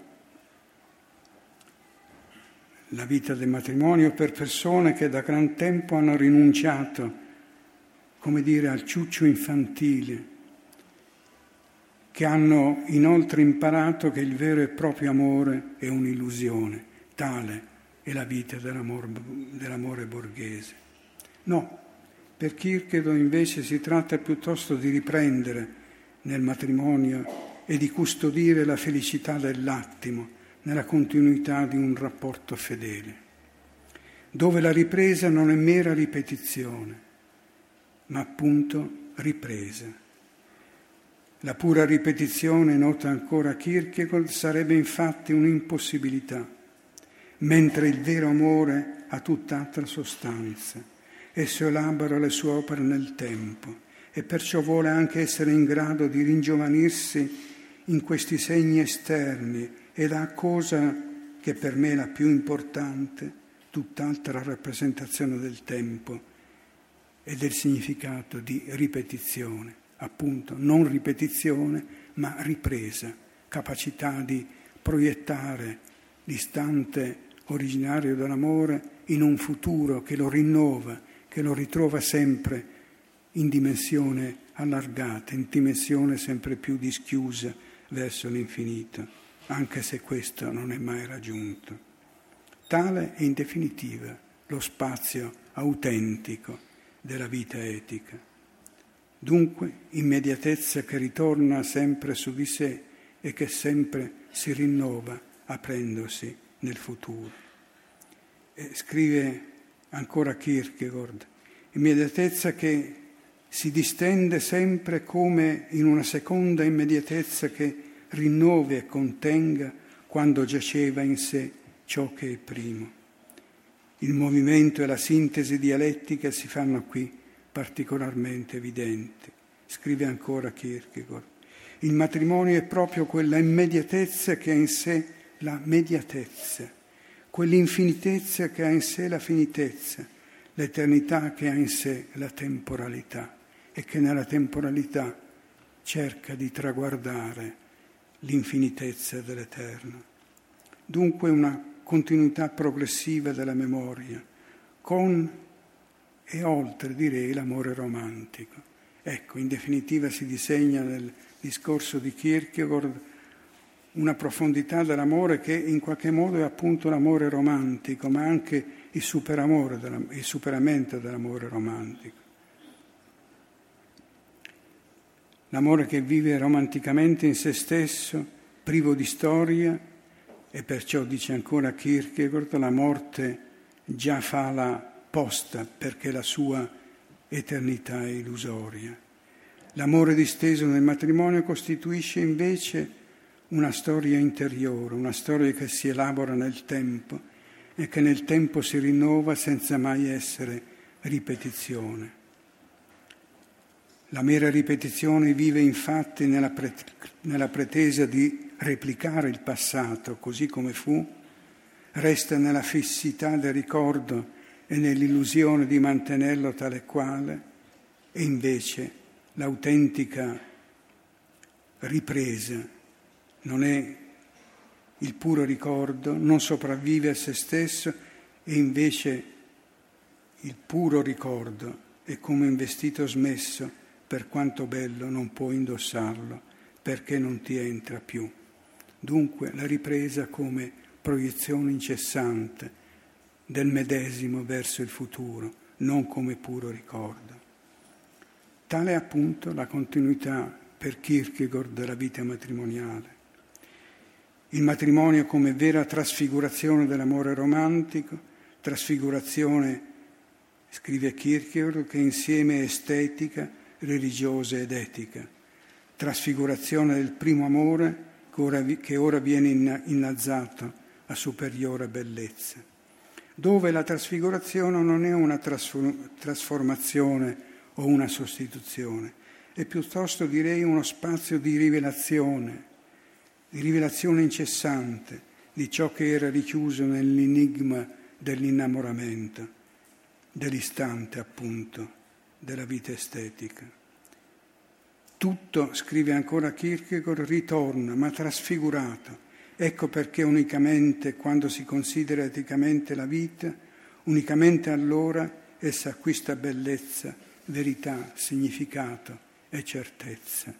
Speaker 1: la vita del matrimonio per persone che da gran tempo hanno rinunciato, come dire, al ciuccio infantile, che hanno inoltre imparato che il vero e proprio amore è un'illusione. Tale è la vita dell'amore borghese. No, per Kierkegaard invece si tratta piuttosto di riprendere nel matrimonio e di custodire la felicità dell'attimo nella continuità di un rapporto fedele, dove la ripresa non è mera ripetizione, ma appunto ripresa. La pura ripetizione, nota ancora Kierkegaard, sarebbe infatti un'impossibilità, mentre il vero amore ha tutt'altra sostanza. Esso elabora le sue opere nel tempo e perciò vuole anche essere in grado di ringiovanirsi in questi segni esterni e la cosa che per me è la più importante, tutt'altra rappresentazione del tempo e del significato di ripetizione, appunto non ripetizione ma ripresa, capacità di proiettare l'istante originario dell'amore in un futuro che lo rinnova, che lo ritrova sempre in dimensione allargata, in dimensione sempre più dischiusa verso l'infinito, anche se questo non è mai raggiunto. Tale è in definitiva lo spazio autentico della vita etica. Dunque, immediatezza che ritorna sempre su di sé e che sempre si rinnova aprendosi nel futuro. E scrive ancora Kierkegaard, immediatezza che si distende sempre come in una seconda immediatezza che rinnovi e contenga quando giaceva in sé ciò che è primo. Il movimento e la sintesi dialettica si fanno qui particolarmente evidenti. Scrive ancora Kierkegaard. Il matrimonio è proprio quella immediatezza che ha in sé la mediatezza, quell'infinitezza che ha in sé la finitezza, l'eternità che ha in sé la temporalità e che nella temporalità cerca di traguardare l'infinitezza dell'eterno. Dunque una continuità progressiva della memoria, con e oltre, direi, l'amore romantico. Ecco, in definitiva si disegna nel discorso di Kierkegaard una profondità dell'amore che in qualche modo è appunto l'amore romantico, ma anche il superamento dell'amore romantico. L'amore che vive romanticamente in se stesso, privo di storia, e perciò, dice ancora Kierkegaard, la morte già fa la posta perché la sua eternità è illusoria. L'amore disteso nel matrimonio costituisce invece una storia interiore, una storia che si elabora nel tempo e che nel tempo si rinnova senza mai essere ripetizione. La mera ripetizione vive infatti nella pretesa di replicare il passato così come fu, resta nella fissità del ricordo e nell'illusione di mantenerlo tale quale, e invece l'autentica ripresa non è il puro ricordo, non sopravvive a se stesso, e invece il puro ricordo è come un vestito smesso, per quanto bello non puoi indossarlo perché non ti entra più. Dunque la ripresa come proiezione incessante del medesimo verso il futuro, non come puro ricordo. Tale è appunto la continuità per Kierkegaard della vita matrimoniale. Il matrimonio come vera trasfigurazione dell'amore romantico, trasfigurazione, scrive Kierkegaard, che insieme è estetica, religiosa ed etica, trasfigurazione del primo amore che ora viene innalzato a superiore bellezza, dove la trasfigurazione non è una trasformazione o una sostituzione, è piuttosto, direi, uno spazio di rivelazione incessante di ciò che era richiuso nell'enigma dell'innamoramento, dell'istante appunto della vita estetica. Tutto, scrive ancora Kierkegaard, ritorna, ma trasfigurato. Ecco perché unicamente quando si considera eticamente la vita, unicamente allora essa acquista bellezza, verità, significato e certezza.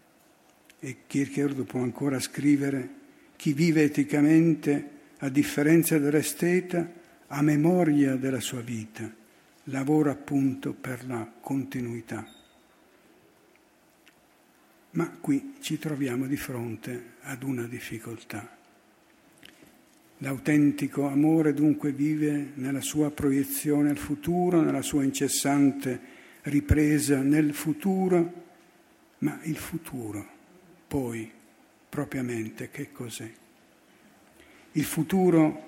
Speaker 1: E Kierkegaard può ancora scrivere: chi vive eticamente, a differenza dell'esteta, ha memoria della sua vita, lavora appunto per la continuità. Ma qui ci troviamo di fronte ad una difficoltà. L'autentico amore dunque vive nella sua proiezione al futuro, nella sua incessante ripresa nel futuro, ma il futuro poi propriamente che cos'è? Il futuro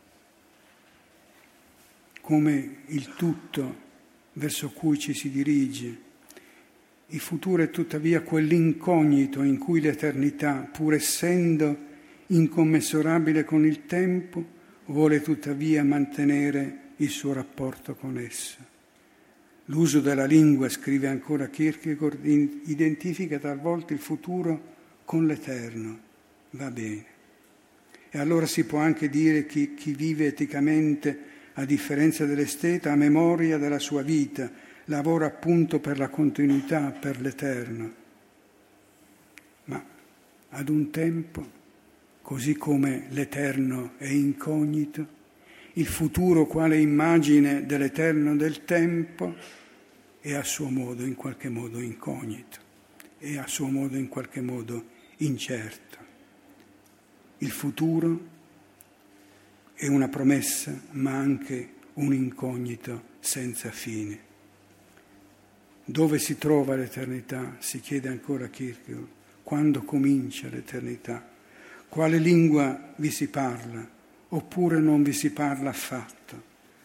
Speaker 1: come il tutto verso cui ci si dirige. Il futuro è tuttavia quell'incognito in cui l'eternità, pur essendo incommensurabile con il tempo, vuole tuttavia mantenere il suo rapporto con esso. L'uso della lingua, scrive ancora Kierkegaard, identifica talvolta il futuro con l'eterno. Va bene. E allora si può anche dire che chi vive eticamente, a differenza dell'esteta, ha memoria della sua vita, lavora appunto per la continuità, per l'eterno. Ma ad un tempo, così come l'eterno è incognito, il futuro quale immagine dell'eterno del tempo è a suo modo in qualche modo incognito, è a suo modo in qualche modo incerto. il futuro è una promessa, ma anche un incognito senza fine. Dove si trova l'eternità? Si chiede ancora Kierkegaard. Quando comincia l'eternità? Quale lingua vi si parla? Oppure non vi si parla affatto?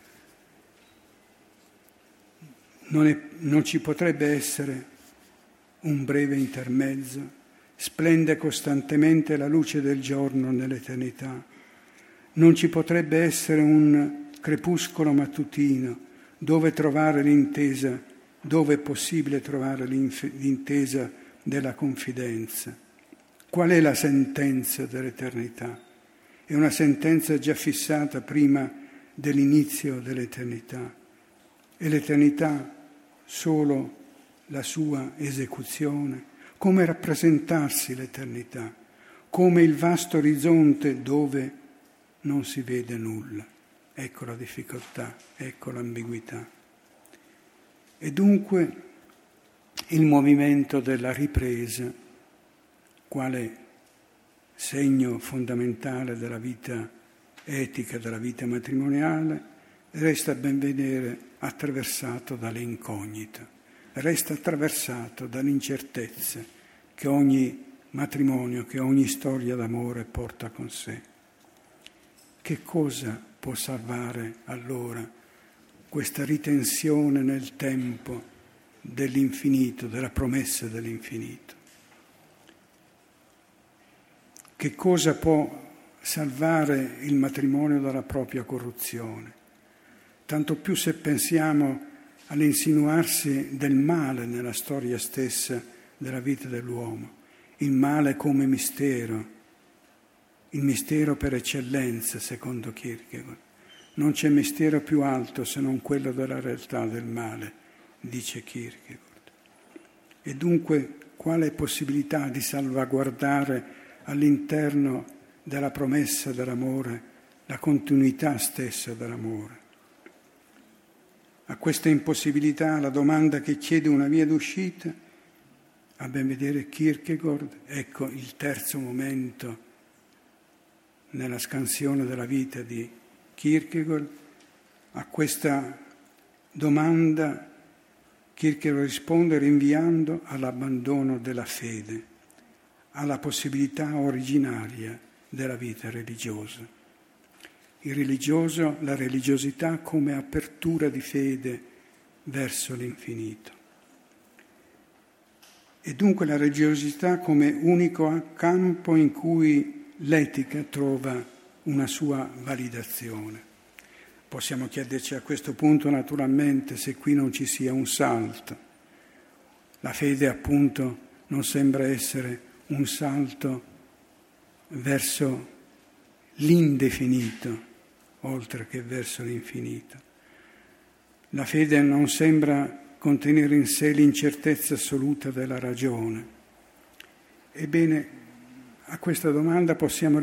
Speaker 1: Non ci potrebbe essere un breve intermezzo? Splende costantemente la luce del giorno nell'eternità. Non ci potrebbe essere un crepuscolo mattutino dove trovare l'intesa, dove è possibile trovare l'intesa della confidenza. Qual è la sentenza dell'eternità? È una sentenza già fissata prima dell'inizio dell'eternità. È l'eternità solo la sua esecuzione? Come rappresentarsi l'eternità? Come il vasto orizzonte dove non si vede nulla. Ecco la difficoltà, ecco l'ambiguità. E dunque il movimento della ripresa, quale segno fondamentale della vita etica, della vita matrimoniale, resta a ben vedere attraversato dalle incognite, resta attraversato dall'incertezza che ogni matrimonio, che ogni storia d'amore porta con sé. Che cosa può salvare allora questa ritenzione nel tempo dell'infinito, della promessa dell'infinito? Che cosa può salvare il matrimonio dalla propria corruzione? Tanto più se pensiamo all'insinuarsi del male nella storia stessa della vita dell'uomo, il male come mistero, il mistero per eccellenza, secondo Kierkegaard. Non c'è mistero più alto se non quello della realtà del male, dice Kierkegaard. E dunque quale possibilità di salvaguardare all'interno della promessa dell'amore la continuità stessa dell'amore? A questa impossibilità, la domanda che chiede una via d'uscita, a ben vedere Kierkegaard, ecco il terzo momento nella scansione della vita di Kierkegaard. A questa domanda Kierkegaard risponde rinviando all'abbandono della fede, alla possibilità originaria della vita religiosa. Il religioso, la religiosità come apertura di fede verso l'infinito. E dunque la religiosità come unico campo in cui l'etica trova una sua validazione. Possiamo chiederci a questo punto naturalmente se qui non ci sia un salto. La fede appunto non sembra essere un salto verso l'indefinito, oltre che verso l'infinito. La fede non sembra contenere in sé l'incertezza assoluta della ragione. Ebbene, a questa domanda possiamo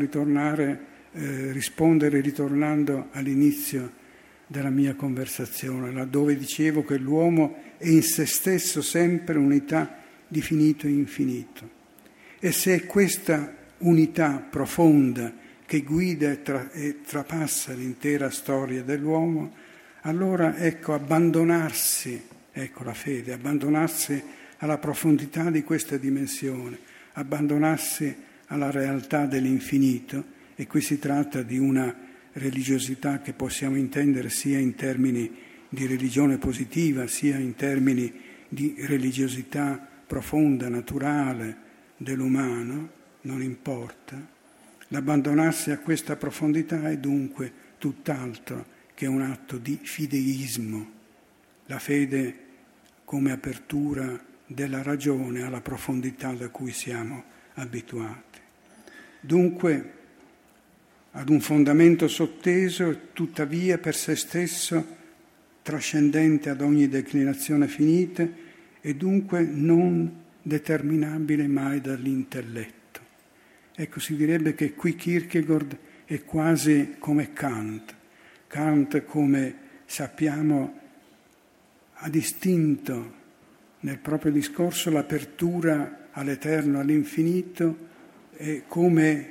Speaker 1: rispondere ritornando all'inizio della mia conversazione, laddove dicevo che l'uomo è in se stesso sempre unità di finito e infinito. E se è questa unità profonda che guida e trapassa l'intera storia dell'uomo, allora ecco abbandonarsi, ecco la fede, abbandonarsi alla profondità di questa dimensione, abbandonarsi alla realtà dell'infinito. E qui si tratta di una religiosità che possiamo intendere sia in termini di religione positiva, sia in termini di religiosità profonda, naturale dell'umano, non importa. L'abbandonarsi a questa profondità è dunque tutt'altro che un atto di fideismo. La fede come apertura della ragione alla profondità da cui siamo abituati. Dunque, ad un fondamento sotteso, tuttavia per se stesso, trascendente ad ogni declinazione finita e dunque non determinabile mai dall'intelletto. Ecco, si direbbe che qui Kierkegaard è quasi come Kant. Kant, come sappiamo, ha distinto nel proprio discorso l'apertura all'eterno, all'infinito, come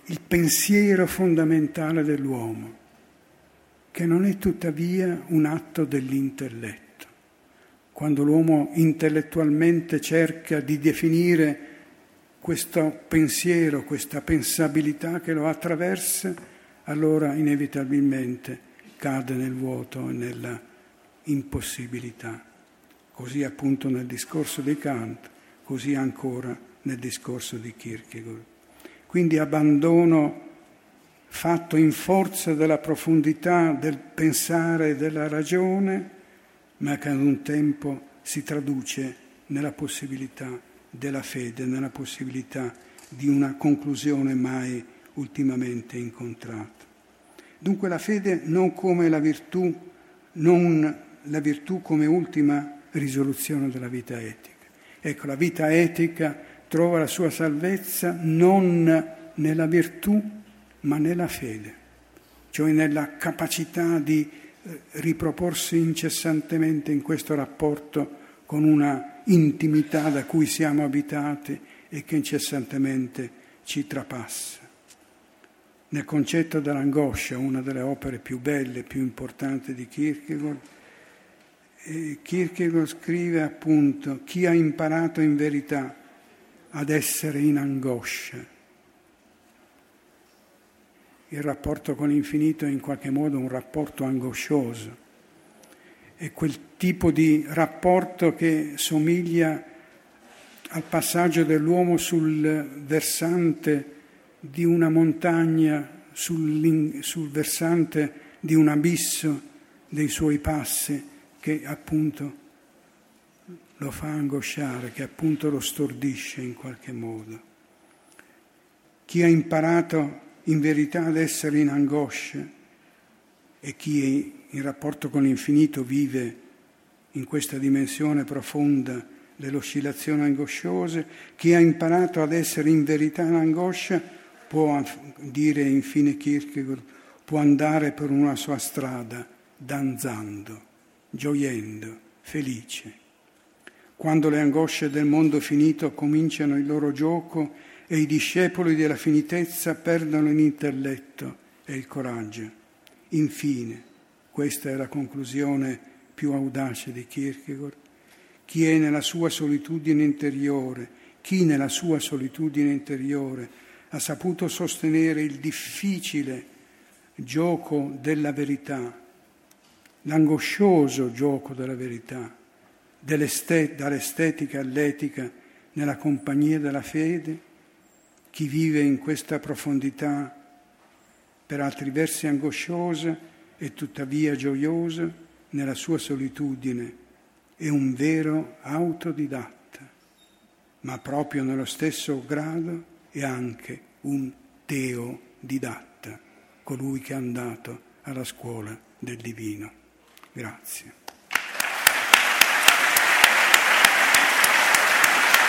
Speaker 1: il pensiero fondamentale dell'uomo, che non è tuttavia un atto dell'intelletto. Quando l'uomo intellettualmente cerca di definire questo pensiero, questa pensabilità che lo attraversa, allora inevitabilmente cade nel vuoto e nella impossibilità. Così appunto nel discorso di Kant, così ancora nel discorso di Kierkegaard. Quindi abbandono fatto in forza della profondità del pensare e della ragione, ma che ad un tempo si traduce nella possibilità della fede, nella possibilità di una conclusione mai ultimamente incontrata. Dunque la fede non come la virtù, non la virtù come ultima risoluzione della vita etica. Ecco, la vita etica trova la sua salvezza non nella virtù, ma nella fede, cioè nella capacità di riproporsi incessantemente in questo rapporto con una intimità da cui siamo abitati e che incessantemente ci trapassa. Nel concetto dell'angoscia, una delle opere più belle, più importanti di Kierkegaard, Kierkegaard scrive appunto: chi ha imparato in verità ad essere in angoscia. Il rapporto con l'infinito è in qualche modo un rapporto angoscioso. È quel tipo di rapporto che somiglia al passaggio dell'uomo sul versante di una montagna, sul versante di un abisso dei suoi passi, che appunto lo fa angosciare, che appunto lo stordisce in qualche modo. Chi ha imparato in verità ad essere in angoscia e chi in rapporto con l'infinito vive in questa dimensione profonda delle oscillazioni angosciose, chi ha imparato ad essere in verità in angoscia può, dire infine Kierkegaard, può andare per una sua strada danzando, gioiendo, felice. Quando le angosce del mondo finito cominciano il loro gioco e i discepoli della finitezza perdono l'intelletto e il coraggio. Infine, questa è la conclusione più audace di Kierkegaard, chi nella sua solitudine interiore ha saputo sostenere il difficile gioco della verità, l'angoscioso gioco della verità, dall'estetica all'etica nella compagnia della fede, chi vive in questa profondità per altri versi angosciosa e tuttavia gioiosa nella sua solitudine, è un vero autodidatta, ma proprio nello stesso grado è anche un teodidatta, colui che è andato alla scuola del divino. Grazie.